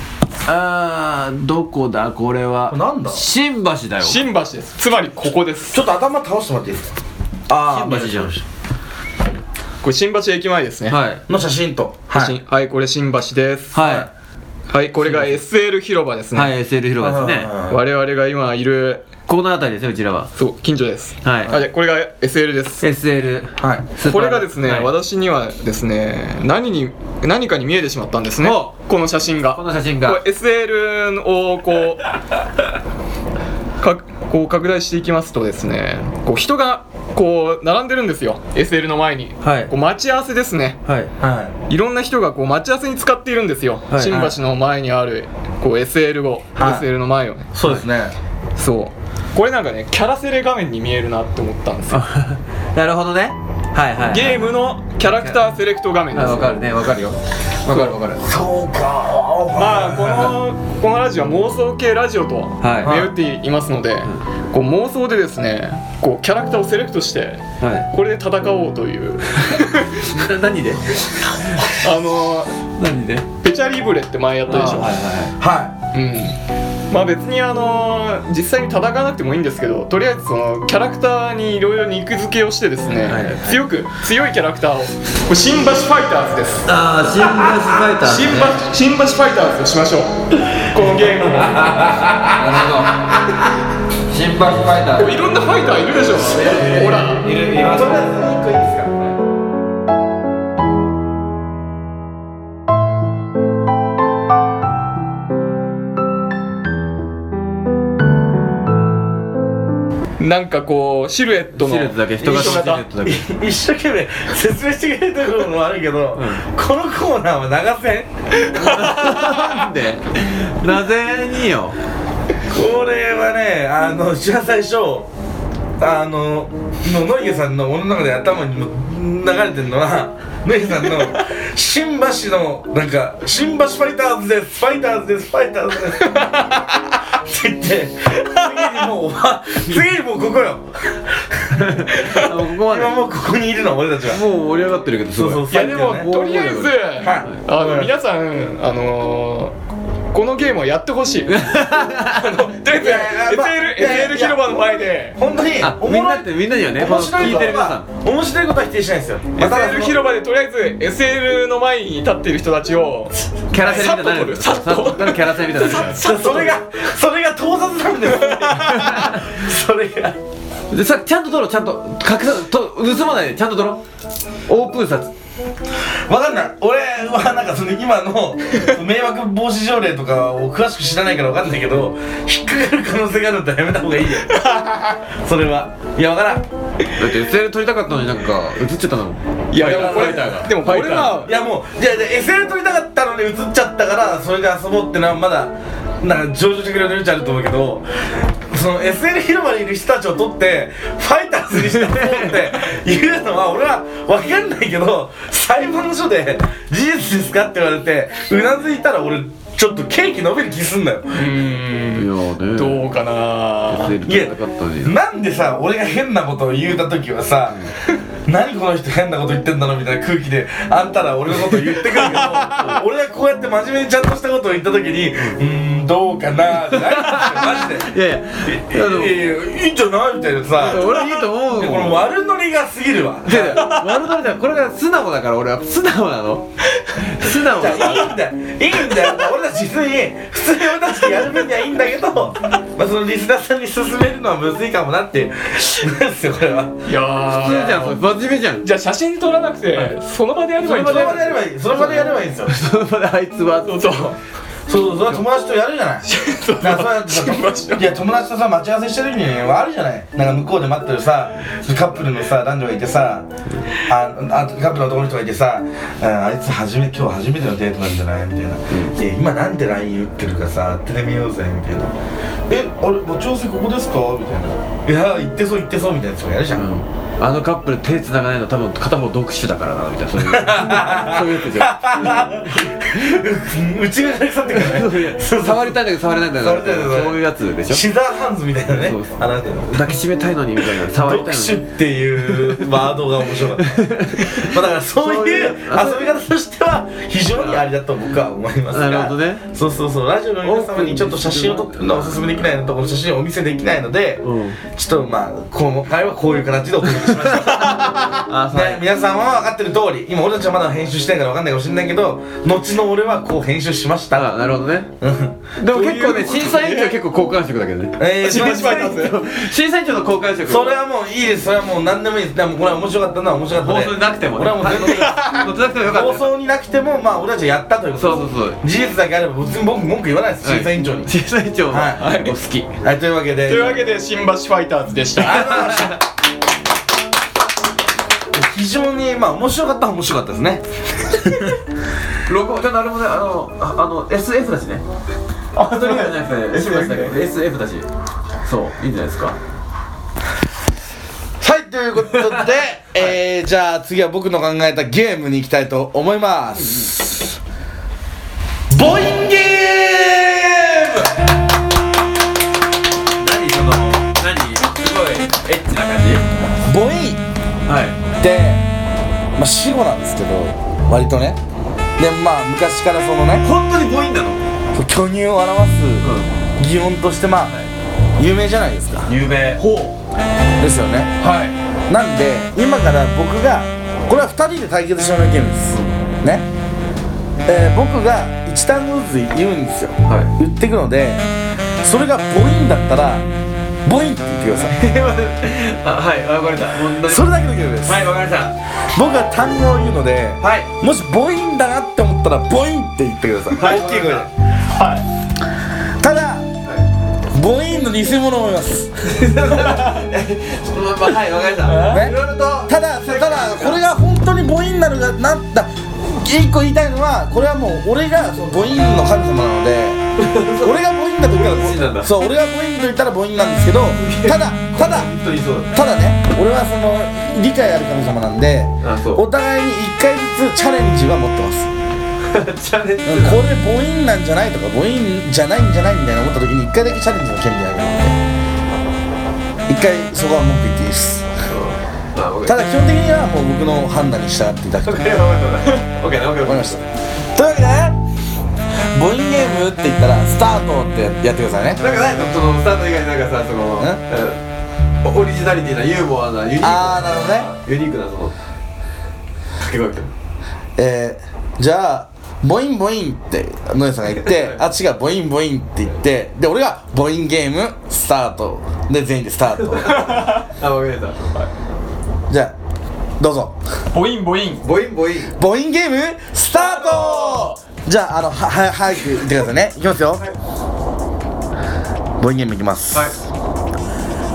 あーどこだこれは。 これなんだ新橋だよ。 新橋です。つまりここです。 ちょっと頭倒してもらっていいですか。あ新橋じゃん。 これ新橋駅前ですね。 はいの写真と写真はい、これ新橋です。 ははい、これが エスエル 広場ですい、 ね。 はい、エスエル 広場ですね。 我々が今いるこの辺りですよ、うちらは。 そう近所です。 はいあ、でこれが エスエル です。 エスエル、 はいこれがですね、 はい私にはですね何に何かに見えてしまったんですね。 おこの写真がこの写真がこれ エスエル をこうかこう拡大していきますとですね、こう人がこう並んでるんですよ エスエル の前に。 はいこう待ち合わせですね。 はいはいろんな人がこう待ち合わせに使っているんですよ、 はい新橋の前にあるこう エスエル を、 はいエスエル の前をね。 そうですね。 そうこれなんかねキャラセレ画面に見えるなって思ったんですよ。 なるほどね。はいはい、はい、 ゲームのキャラクターセレクト画面ですよ。 あ、わかるね、わかるよ。わかるわかる。 そうか。 まあこのこのラジオは妄想系ラジオとはい銘打っていますので、こう妄想でですねこうキャラクターをセレクトしてはこれで戦おうというい。な何で？ あの何で？ ペチャリブレって前やったでしょ。 はいははうんまあ別にあの実際に戦わなくてもいいんですけど、とりあえずそのキャラクターにいろいろ肉付けをしてですね、 はいはい強く強いキャラクターをこれ新橋ファイターズです。 い。ああ、新橋ファイターズ、ね。 新橋新橋ファイターズとしましょうこのゲームを。 なるほど。新橋ファイターズ。 いろんなファイターいるでしょ。ほらいるいる。 とりあえずいっこいいですか。 なんかこうシルエットのシルエットだけ人がシルエ型ットだけ。 一生懸命説明してくれてるのもあるけど、このコーナーは長せん。 なんで？なぜによ。 これはね、あの一番最初あのの野池さんの俺の中で頭にも流れてるのは野池さんの新橋のなんか新橋ファイターズですファイターズですファイターズですって言って次にもう次にもうここよ。 あここまで。 今もうここにいるの俺たちは。 もう盛り上がってるけどすごい。 そうそういやでもとりあえずはいあの皆さんあのーこのゲームをやってほしい。あのとりあえずいやいやエスエルまあエスエル 広場の前で本当にあ、 おもろみんないってみんなにはね、 面白い聞いてる皆さん。 面白いことは否定しないんですよ。 エスエル 広場でとりあえず エスエル の前に立っている人たちをキャラセレみたいになる。 さっと撮るさっとさっとキャラセレみたいになる。 そそれがそれが盗撮なんですそれがでさ、ちゃんと撮ろう、ちゃんと隠さと盗まないでちゃんと撮ろう。オープン撮。 わかんない。俺はなんかその今の迷惑防止条例とかを詳しく知らないからわかんないけど、引っかかる可能性があるんだったらやめた方がいいよそれはいやわからん。 だって エスエル 撮りたかったのになんか映っちゃったの。 いやでもこれファイターがでもこれはいやもうじゃあ エスエル 撮りたかったのに映っちゃったからそれで遊ぼうってのはまだなんか上場してくれる余地あると思うけど、その エスエル 広場にいる人たちを撮ってファイターズにして遊ぼうっていうのは俺は分かんないけど、裁判所で事実ですかって言われてうなずいたら俺ちょっとケーキ伸びる気すんだよ。 うーんいやね。 どうかな。 エスエル 撮りたかったのに。 なんでさ俺が変なことを言うた時はさ何この人変なこと言ってんだろみたいな空気であんたら俺のこと言ってくるけど俺がこうやって真面目にちゃんとしたことを言った時にうーんどうかなってなるんですよマジで。 いやいや。いやでもいやいやいいんじゃないみたいなさ俺はいいと思うもん。 この悪ノリが過ぎるわ。 いやいや悪ノリだ。これが素直だから俺は素直なの。素直じゃだ。 あいいんだよいいんだよ俺たち普通に普通に俺たちでやる分にはいいんだけどまあそのリスナーさんに勧めるのはむずいかもなってなんですよこれは。 いやー普通じゃん、それ真面目じゃん。 じゃあ写真撮らなくてその場でやればいいんそのじゃない。 場でやればいいその場でやればいいんですよ。 その場であいつは。 そうそうそうそう、それは友達とやるじゃない。なんかそうやってさ、いや友達とさ待ち合わせしてる時にあるじゃない。なんか向こうで待ってるさ、カップルのさ男女がいてさ、ああカップルの男の人がいてさ、あ, あいつ初め今日初めてのデートなんじゃないみたいな。いや今なんで ライン 打ってるかさ、当ててみようぜみたいな。え、あれ待ち合わせここですかみたいな。いや行ってそう行ってそうみたいなやつがやるじゃん。 あのカップル手繋がないの多分片方独身だからなみたいな、そういうそういうやつじゃん内側から腐ってくるね触りたいんだけど触れないんだから、そういうやつでしょ。 シザーハンズみたいなね、あなたの抱きしめたいのにみたいな、触りたいのに。 読書っていうワードが面白かったまあだからそういう遊び方としては非常にありだと僕は思いますが、 なるほどね。 そうそうそう、ラジオの皆様にちょっと写真を撮ってるのはおすすめできないのと、この写真をお見せできないので、うん、ちょっとまあ今回はこういう形でお届けしましたあ、ね、皆さんは分かってる通り、今俺たちはまだ編集してないから分かんないかもしれないけど、後の俺はこう編集しました。 あ、なるほどねでも結構ね、審査委員長は結構好感触だけどね。えー、審査委員長審査委員長の好感触、 それはもういいです。それはもう何でもいいです。でもこれは面白かったのは面白かったで、 放送になくてもね、 俺はもう全然放送になくてもまあ俺たちはやったということ。 そうそうそう、 事実だけあれば別に僕文句言わないです、審査委員長に。 審査委員長は好き。 はい、というわけでというわけで新橋ファイターズでした。 非常にまあ面白かったは面白かったですねロゴ、じゃああれもね、あの、あの エスエフ だしね。あ、それじゃなくて エスエフ だけど エスエフ だし、そういいんじゃないですか。 はい、ということで、えー、じゃあ次は僕の考えたゲームに行きたいと思います。ボインゲーム。 何その、何すごいエッチな感じ。 ボインってまあ死語なんですけど、割とね。でまあ昔からそのね、 本当に母音なの？ 巨乳を表す擬音としてまあ有名じゃないですか。 有名。ほうですよね。 はい。 なんで今から僕がこれはふたりで対決してもらうゲームですね。えー、僕がいち単語ずつ言うんですよ、はい、言っていくので、それが母音だったら母音って言ってくださいあ、はい、わかりました。 それだけのゲームです。 はい、わかりました。 僕が単語を言うので、はい、もし母音だなって思ったら母音って言ってください。はい、大きい声で。はい。ただ、はい、母音の偽物もいますはい、わかりました、ね、いろいろとただ、ただ、これが本当に母音なのがなんだ、一個言いたいのは、これはもう俺がその母音の神様なので俺が母音だと言ったら、そう、俺が母音と言ったら母音なんですけど、ただ、ただ、ただね、俺はその理解ある神様なんで、お互いにいっかいずつチャレンジは持ってますチャレンジ、うん、これ母音なんじゃないとか母音じゃないんじゃないみたいな思った時にいっかいだけチャレンジの権利あげるので、いっかいそこは文句言っていいです。ただ基本的にはもう僕の判断に従っていただくと。分かりました。というわけでね、母音ゲームって言ったらスタートってやってくださいね。 なんかないの、そのスタート以外になんかさ、そのオリジナリティなユーモアなユニークな、 あー、なるほどね、 ユニークなその掛け声ってえー、じゃあボインボインって野江さんが言ってあっちがボインボインって言って、で俺がボインゲームスタートで全員でスタートあ、わかりました。 じゃあどうぞ。 ボインボインボインボインボインゲームスタート。じゃああのはは早く言ってくださいね。いきますよ、はい、ボインゲームいきます、はい、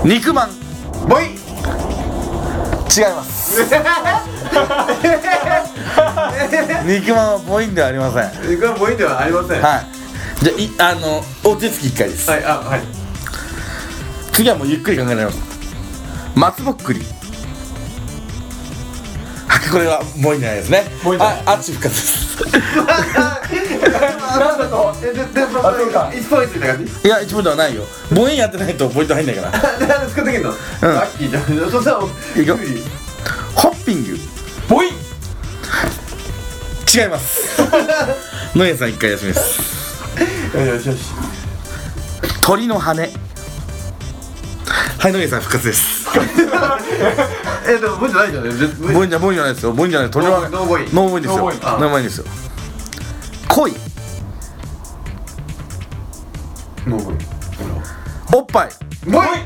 肉まんボイン。 違います肉まんはボインではありません。 肉まんボインではありません。 はい。じゃあ、いあのお手つきいっかいです。 はい、あ、はい。 次はもうゆっくり考えられます。松ぼっくり。これはボインじゃないですね。あ、あっち復活ですなんだと、え、で、で、あ、そうか、いちポイントついた感じ。 いや、いちポイントはないよ。母音やってないとポイント入んないからで、なんで使ってけんの。うん、ラッキーじゃん。そしたらいいよ。 ホッピングボイン。 違います野江さん一回休みです。 よしよし。 鳥の羽。はい、野江さん復活ですえ、でもボインじゃないじゃんね。 ボインじゃ、ボインじゃないですよ。ボインじゃない。鳥の羽。 ノーボイン。 ノーボインですよ。ノーボインですよ。恋。 ノーボイン。 おっぱい。 ボイン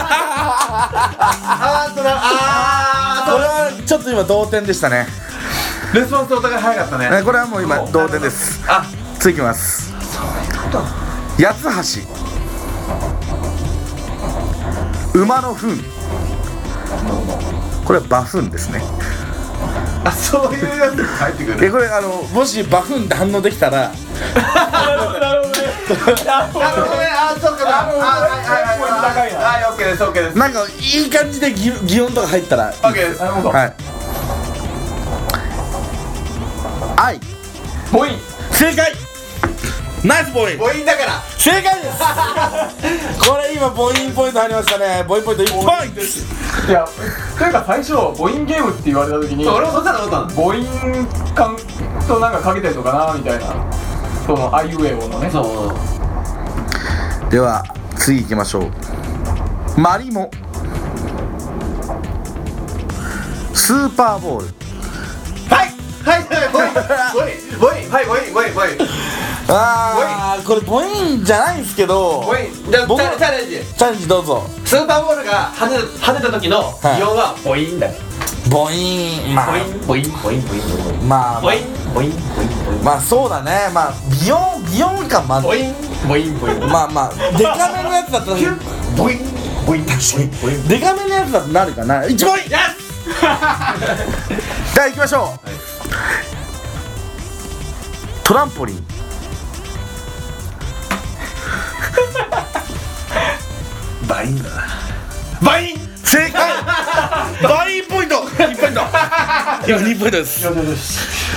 あーっとな、あー、 これはちょっと今同点でしたね。 レスポンスお互い早かったね。 これはもう今同点です。 あ、 次いきます。八つ橋。馬の糞。これはバフンですね。 あ、そういうやつが入ってくる。 え、これあのもしバフンで反応できたらなるほどねなるほどねなるほどね、あ、そうかな。あ、はいはいはいはいはい、オッケーです OK です。 なんかいい感じで擬擬音とか入ったらいい OK です。なるほど。 はい愛ボイン。 正解ナイスボイン母音だから正解ですこれ今ボインポイント入りましたね。ボインポイントいっポイントいや、というか最初母音ゲームって言われた時にそう俺もそっちだと思ったの。 母音感となんかかけてんのかなみたいな、そのあいうえおのね。 そうでは次行きましょう。マリモスーパーボールはいはいはいボインボインボインはいボインボインボインあーこれボインじゃないんですけどボインじゃあチ僕ャチャレンジ。 チャレンジどうぞ。 スーパーボールが跳ね跳ねた時の擬音はボインだよ。 ボインまあボインボインボインボインボインまあボインボインボインボインまあそうだね。まあ擬音擬音感まずボインボインボインまあまあデカめのやつだったらボインボインボインデカめのやつだとなるかな。いちポイントやっじゃあ行きましょう、トランポリンバインだなバイン正解バインポイントいちポイント今にポイントです。 よしよしよし。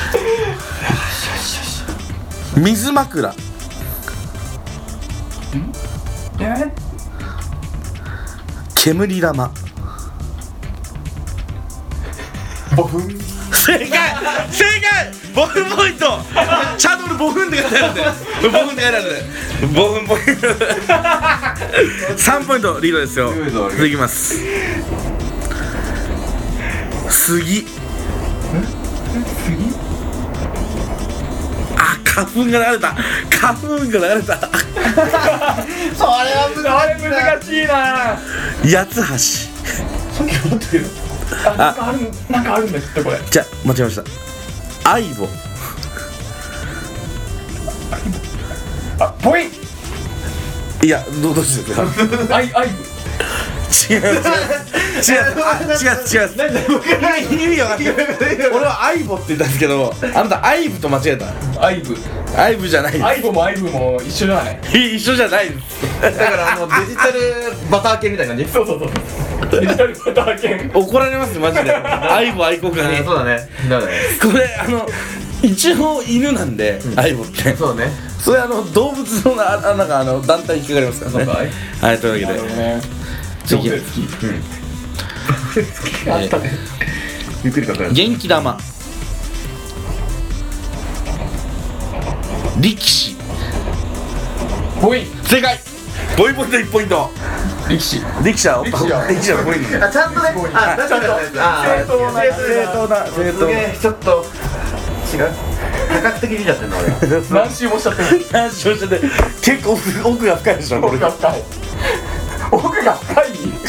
水枕え煙玉ボフン。 正解正解ボフンポイントちゃんと俺ボフンって書いてあるんでボフンって書いてあるんでボフンポイントさんポイントリードですよ。続きます杉あ花粉が流れた花粉が流れたそれはあれ難しいな。 八つ橋さっき思ったけど、あ、なんかあるなんかあるんだきっとこれ。 じゃ間違えましたアイボあ、ボイン。 いやどうどうしてですかアイアイブ。 違う違う違う違う違う違う意味わかんない俺はアイボって言ったんですけどあなたアイブと間違えた。 アイブ。 アイブじゃないです。 アイボもアイブも一緒じゃない。 い一緒じゃないですだからもうデジタルバター系みたいな感じ。 そうそうそうそう。デジタルバター犬。 怒られますよマジでアイボ愛好家にそうだねだねこれあの一応犬なんで、アイボってそうねそれあの動物のああなんかあの団体に引っかかりますからね。 そうかいはいというわけでね。 次好き。あったね。 ゆっくりかかる元気玉力士ボイン。 正解ボイポイントいちポイント力士。 力士は力士は力士はボインあちゃんとねあ確かにあ正当な正当な正す当げえちょっと違う多角的に見ちゃってんの俺何周もしちゃってる。 な話をしてて結構奥奥が深いでしょこれ奥が深い。奥が深い。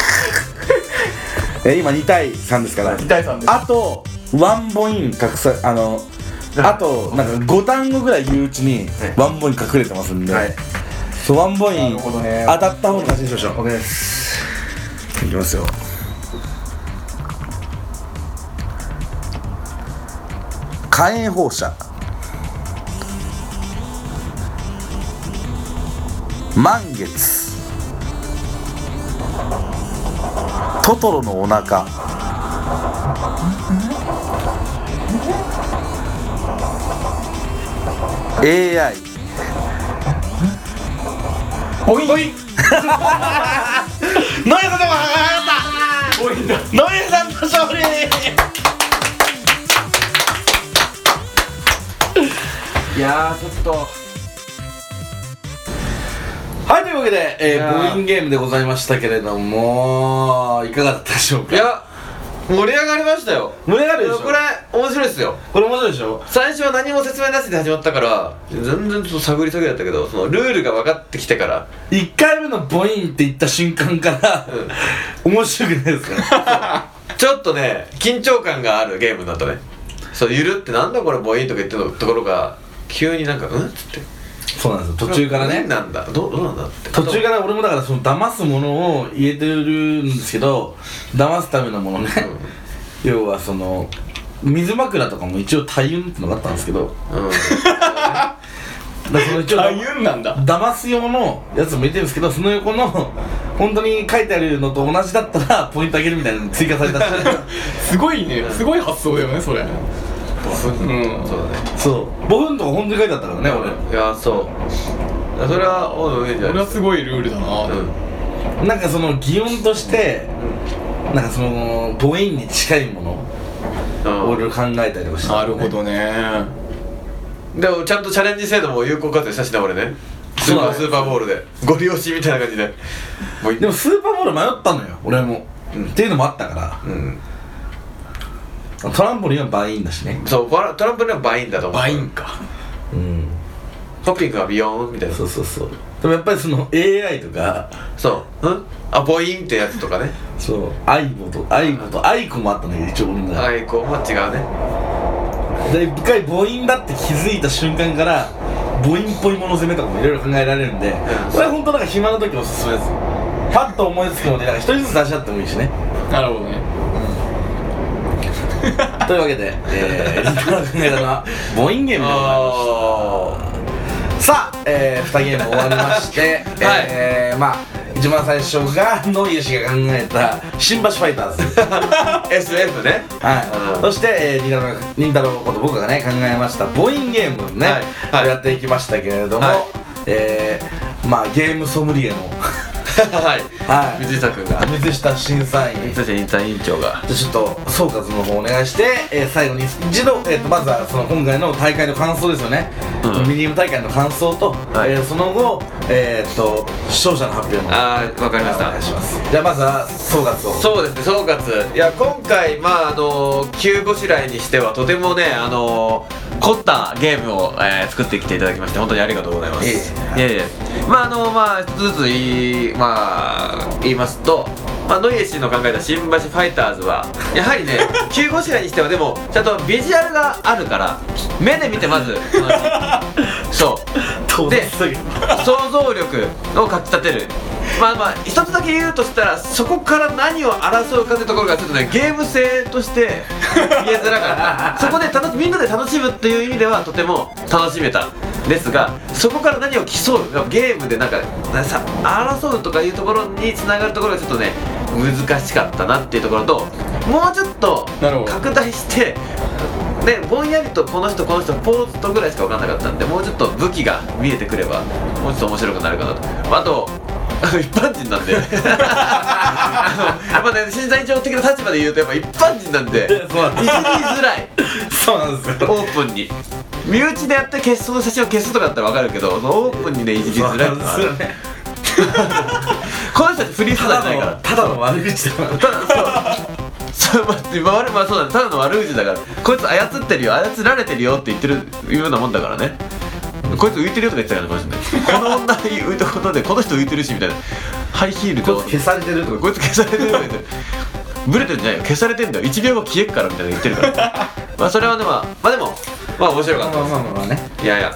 え今に対さんですからに対さんです。 あとワンボイン隠さあのあとなんかご単語ぐらい言ううちにワンボイン隠れてますんで、 はいそうワンボインなるほどね当たった方の勝ちにしましょう。 OK ですいきますよ。火炎放射満月トトロのお腹エーアイボイン。ボイン。 ノイさんの方が早かったボインだ。 ノイさんの勝利いやーちょっとはいというわけで、えー、 いやーボインゲームでございましたけれどもいかがだったでしょうか。 いや盛り上がりましたよ盛り上がるでしょこれ面白いですよこれ面白いでしょ。 最初は何も説明なしで始まったから全然ちょっと探り探りだったけどそのルールが分かってきてからいっかいめのボインって言った瞬間から、面白くないですかちょっとね緊張感があるゲームになったねそうゆるってなんだこれボインとか言ってるところが急になんかうんっつってそうなんですよ途中からね何なんだどうどうなんだって途中から俺もだからその騙すものを言えてるんですけど騙すためのものね、要はその水枕とかも一応大運ってのがあったんですけどうん、うん、 だからその一応あ、言うんなんだ。 騙す用のやつも入れてるんですけどその横の本当に書いてあるのと同じだったらポイントあげるみたいなの追加されたしすごいね、すごい発想だよねそれ。うん、 そうだね。 そうごふんとか本当に書いてあったからね俺。 いやそうそれはおの上じゃない。 これはすごいルールだな。 うん、 なんかその擬音としてなんかその母音に近いものをいろいろ考えたりとかして、 なるほどね。 でもちゃんとチャレンジ制度も有効活用したしな俺ね。スーパースーパーボールでご利用しみたいな感じで。 もうでもスーパーボール迷ったのよ俺も、うん、っていうのもあったから、 うん、 トランポリンはバインだしね。 そうトランポリンはバインだと思う。 バインか。 うん。 ホッピングはビヨーンみたいな。 そうそうそう。でもやっぱりその エーアイ とかそううんあボインってやつとかね。 そうアイボとアイボとアイコもあったんだけど一応俺の中でアイコも違うね。 で一回母音だって気づいた瞬間から母音っぽいもの攻めとかもいろいろ考えられるんで、うん、これは本当なんか暇な時おすすめです。パッと思いつくのでなんか一人ずつ出し合ってもいいしね。 なるほどね。 うん、というわけで、えー、リトラが考えたのは母音ゲームでございました。さあ、えー、にゲーム終わりまして、はい、えー、まあ一番最初がノイエ氏が考えた新橋ファイターズエスエフ ね。 はい、そして、えー、りんたろうこと僕がね考えました母音ゲームをね、はいはい、やっていきましたけれども、はい、えー、まあゲームソムリエのはい、はい、水下君が水下審査員水下審査委員長がじゃちょっと総括の方お願いして、えー、最後に一度、えー、とまずはその今回の大会の感想ですよね、うん、ミニゲーム大会の感想と、はい、えー、その後、えー、と視聴者の発表のあーわかりました。 お願いします。じゃあまずは総括を。 そうですね総括。いや今回まああのー、急ごしらえにしてはとてもねあのー、凝ったゲームを、えー、作ってきていただきまして本当にありがとうございます。いえいえいえまああのー、まあ一つずつ言いまあ言いますと、まあ、ノイエ氏の考えた新橋ファイターズはやはりね急ごしらえにしてはでもちゃんとビジュアルがあるから目で見てまずそうで想像力をかきたてる。まあまあ一つだけ言うとしたらそこから何を争うかというところがちょっとねゲーム性として見えづらかったそこで楽みんなで楽しむっていう意味ではとても楽しめたですがそこから何を競うゲームでなんかさ争うとかいうところにつながるところがちょっとね難しかったなっていうところともうちょっと拡大してでぼんやりとこの人この人ポーズとぐらいしか分かんなかったんでもうちょっと武器が見えてくればもうちょっと面白くなるかなと。あと一般人なんであのやっぱね審査委員長的な立場で言うとやっぱ一般人なんでいじりづらいそうなんですよ。 オープンに身内でやって消すその写真を消すとかだったら分かるけどそのオープンにねいじりづらいのはねこの人たちフリー素材じゃないからただの悪口だからただそうそうまあ、まあそうだねただの悪口だからこいつ操ってるよ操られてるよって言ってるようなもんだからね。こいつ浮いてるよとか言ってたからねマジでこの女浮いたことでこの人浮いてるしみたいなハイヒールとこいつ消されてるとかこいつ消されてるとか言ってブレてるんじゃないよ消されてんだよいちびょうご消えっからみたいな言ってるからまあそれはねまあまあでもまあ面白かったです。 まあまあまあねいやいや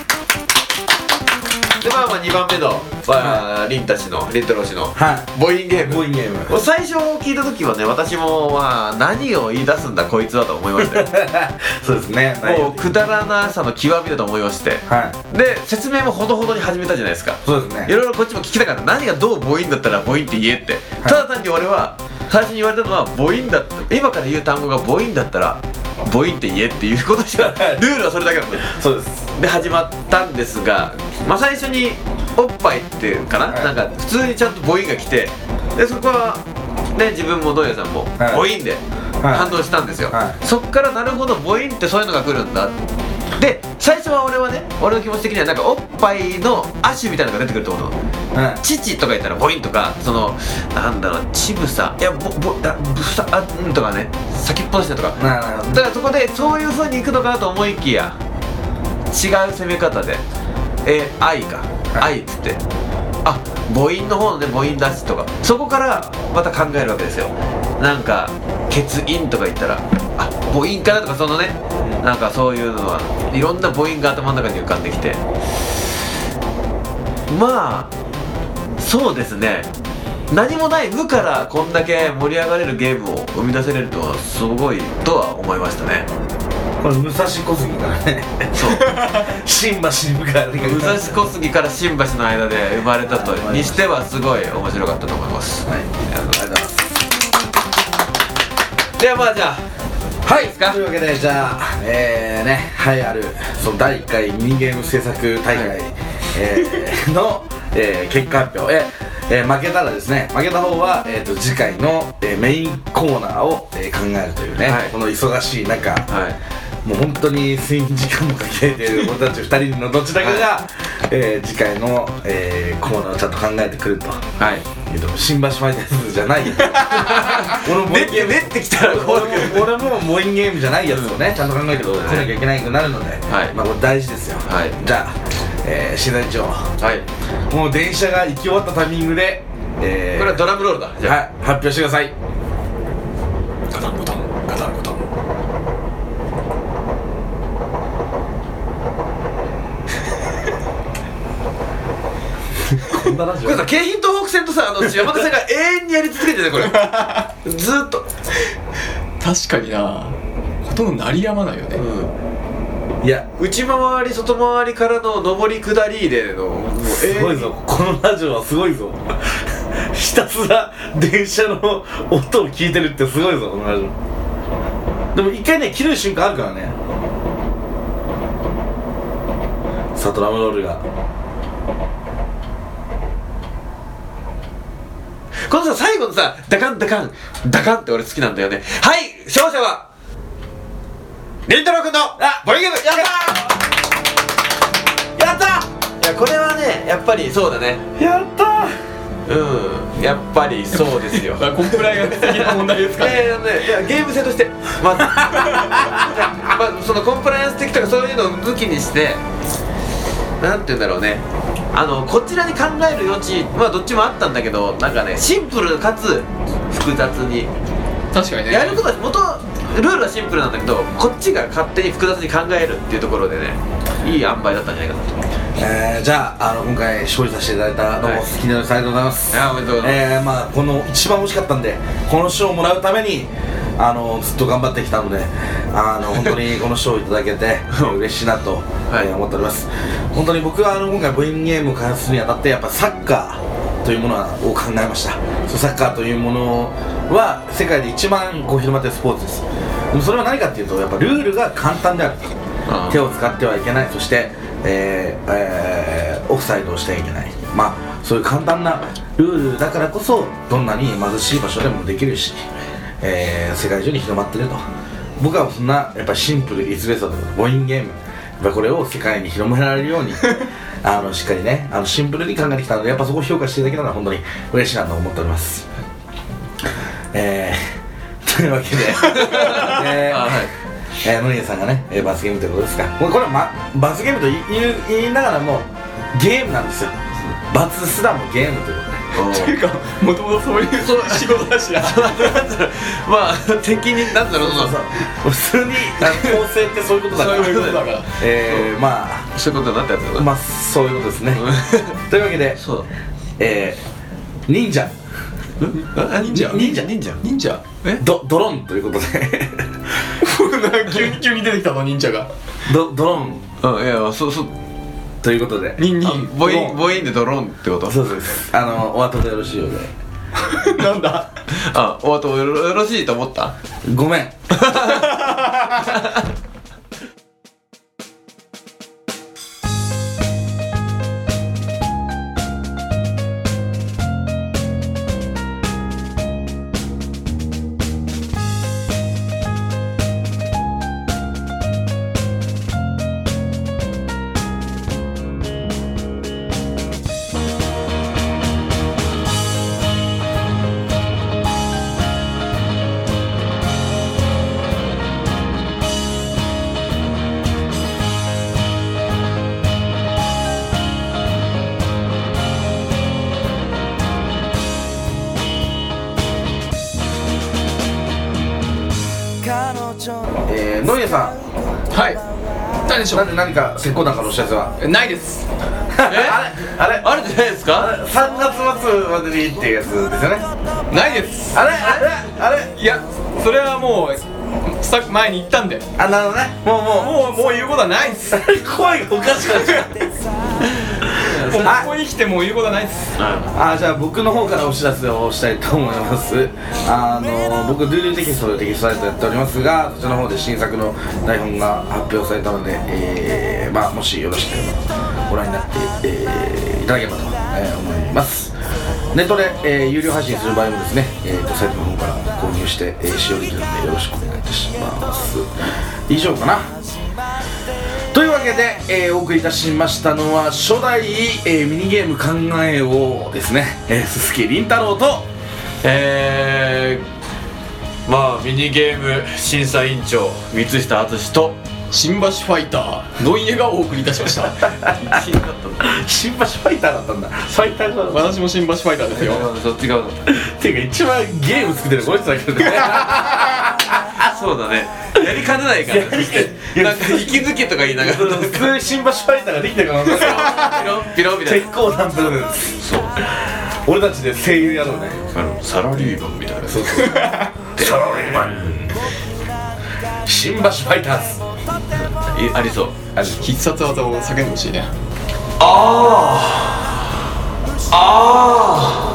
でまあまあにばんめのまあリンたちのリンタロウ氏の母音ゲーム母音ゲーム最初聞いた時はね私もまあ何を言い出すんだこいつはと思いましたよそうですねもうくだらなさの極みだと思いまして、はい、で説明もほどほどに始めたじゃないですか。 そうですねいろいろこっちも聞きたかった何がどう母音だったら母音って言えって、はい、ただ単に俺は最初に言われたのは母音だった今から言う単語が母音だったら母音って言えっていうことしかルールはそれだけだったそうですで始まったんですが、まあ、最初におっぱいっていうかな、はい、なんか普通にちゃんと母音が来てでそこはね自分もドイヤさんも母音で反応したんですよ、はいはい、そっからなるほど母音ってそういうのが来るんだで最初は俺はね俺の気持ち的にはなんかおっぱいの亜種みたいなのが出てくると思うの、はい、父とか言ったら母音とかそのなんだろうちぶさいやぼぼだぶさあんとかね先っぽの人とかだからそこでそういう風にいくのかなと思いきや違う攻め方でえ愛か愛っつってあ母音の方のね母音出しとかそこからまた考えるわけですよ。なんか欠音とか言ったらあ母音かなとかそのねなんかそういうのはいろんな母音が頭の中に浮かんできてまあそうですね何もない無からこんだけ盛り上がれるゲームを生み出せれるとはすごいとは思いましたね。 これ武蔵小杉からねそう新橋に向かう武蔵小杉から新橋の間で生まれたとにしてはすごい面白かったと思います。 はい、ありがとうございます。 ではまあじゃあはいというわけでじゃあえーねはいあるそのだいいっかいミニゲーム制作大会、はいえー、の、えー、結果発表ええー、負けたらですね負けた方は、えー、と次回の、えー、メインコーナーを、えー、考えるというね、はい、この忙しい中、はいもう本当に睡眠時間もかけている俺たちふたりのどちらかが、はいえー、次回の、えー、コーナーをちゃんと考えてくるとはいえー、でも新橋ファイターズじゃないやつ俺も練ってきたら俺もモインゲームじゃないやつをね、うん、ちゃんと考えてこなきゃいけないくなるので、はいまあこれ大事ですよ、はい、じゃあ、えー、新隊長はいもう電車が行き終わったタイミングで、えー、 これはドラムロールだじゃあ、 はい、発表してください。 ガタンゴトンガタンゴトンこれさ京浜東北線とさあの山手線が永遠にやり続けてねこれずーっと確かになほとんど鳴りやまないよね、 うん、いや内回り外回りからの上り下りでのもうすごいぞこのラジオはすごいぞひたすら電車の音を聞いてるってすごいぞこのラジオでも一回ね切れる瞬間あるからねさあドラムロールがこのさ最後のさダカンダカンダカンって俺好きなんだよね。はい勝者はりんたろうくんのボイゲームやったーやったーいやこれはねやっぱりそうだねやったーうんやっぱりそうですよコンプライアンス的な問題ですかねいやいやねいやゲーム性としてまず、まあ、そのコンプライアンス的とかそういうのを抜きにしてなんて言うんだろうねあのこちらに考える余地まあどっちもあったんだけどなんかねシンプルかつ複雑に確かにねやることは元ルールはシンプルなんだけどこっちが勝手に複雑に考えるっていうところでねいい塩梅だったんじゃないかなと、 えー、じゃあ、あの今回勝利させていただいたどうも好きなのでありがとうございます。 いやおめでとうございます。 えー、まあこの一番惜しかったんでこの賞をもらうためにあのずっと頑張ってきたのであの本当にこの賞をいただけて嬉しいなと、はいえー、思っております。本当に僕はあの今回ボインゲームを開発するにあたってやっぱサッカーというものを考えました。そうサッカーというものは世界で一番こう広まっているスポーツです。でもそれは何かっていうとやっぱルールが簡単である手を使ってはいけないそして、えーえー、オフサイドをしてはいけないまあそういう簡単なルールだからこそどんなに貧しい場所でもできるし、えー、世界中に広まっていると僕はそんなやっぱシンプルイズベストというボインゲームやっぱこれを世界に広められるようにあのしっかりねあのシンプルに考えてきたのでやっぱそこを評価していただけたのは本当に嬉しいなと思っております。えー、というわけで、えー、はいえー、ノリエさんがね、えー、罰ゲームということですか。もうこれは、ま、罰ゲームと言い、言いながらもゲームなんですよ。罰すらもゲームということでというか、もともとそういう仕事だしなまあ、敵に、なんだろうそうそう普通に構成ってそういうことだからそういうことだからえー、まあそういうことになったやつだなまあ、そういうことですねというわけで、そうえー、忍者忍者忍者忍者忍者えドドローンということで急に急に出てきたの忍者がドドローンうんいやそうそうということでニンニンボインボインでドローンってことそうですあのお後でよろしいようでなんだあお後よろしいと思ったごめんえー、ノイエさんはい何でしょうなんで何か石膏なんかのお知らせはないですえあれあれあれじゃないですかさんがつ末までにっていうやつですよねないですあれあれあれいやそれはもうさっき前に言ったんで、 あ、なるほどね。もうもうもうもう言うことはないっす。 声がおかしくなっちゃうもうここに来てもう言うことはないっす。 あ、じゃあ僕の方からお知らせをしたいと思います。あの僕ドゥードゥテキストでテキストサイトやっておりますが、そちらの方で新作の台本が発表されたので、えー、まあもしよろしければご覧になって、えー、いただければと、えー、思います。ネットで、えー、有料配信する場合もですね、えー、とサイトの方から購入して、えー、使用できるのでよろしくお願いいたします。以上かな。というわけで、えー、お送りいたしましたのは初代、えー、ミニゲーム考えをですね、えー、鈴木凛太郎とえー、まあミニゲーム審査委員長三下敦と新橋ファイターノイエがお送りいたしました。 新橋ファイターだったんだ。ファイターが私も新橋ファイターですよ。 そっち側だったていうか一番ゲーム作ってるのこの人だけどね。 そうだね、やりかねないからなんか息づけとか言いながら普通に新橋ファイターができてるからピロンピロンみたいな結構なプロです。そう、俺たちで声優やろうね。 あのサラリーマンみたいな。 そうそうサラリーマン新橋ファイターズありそう。 ある必殺技を叫んでほしいね。 あーあー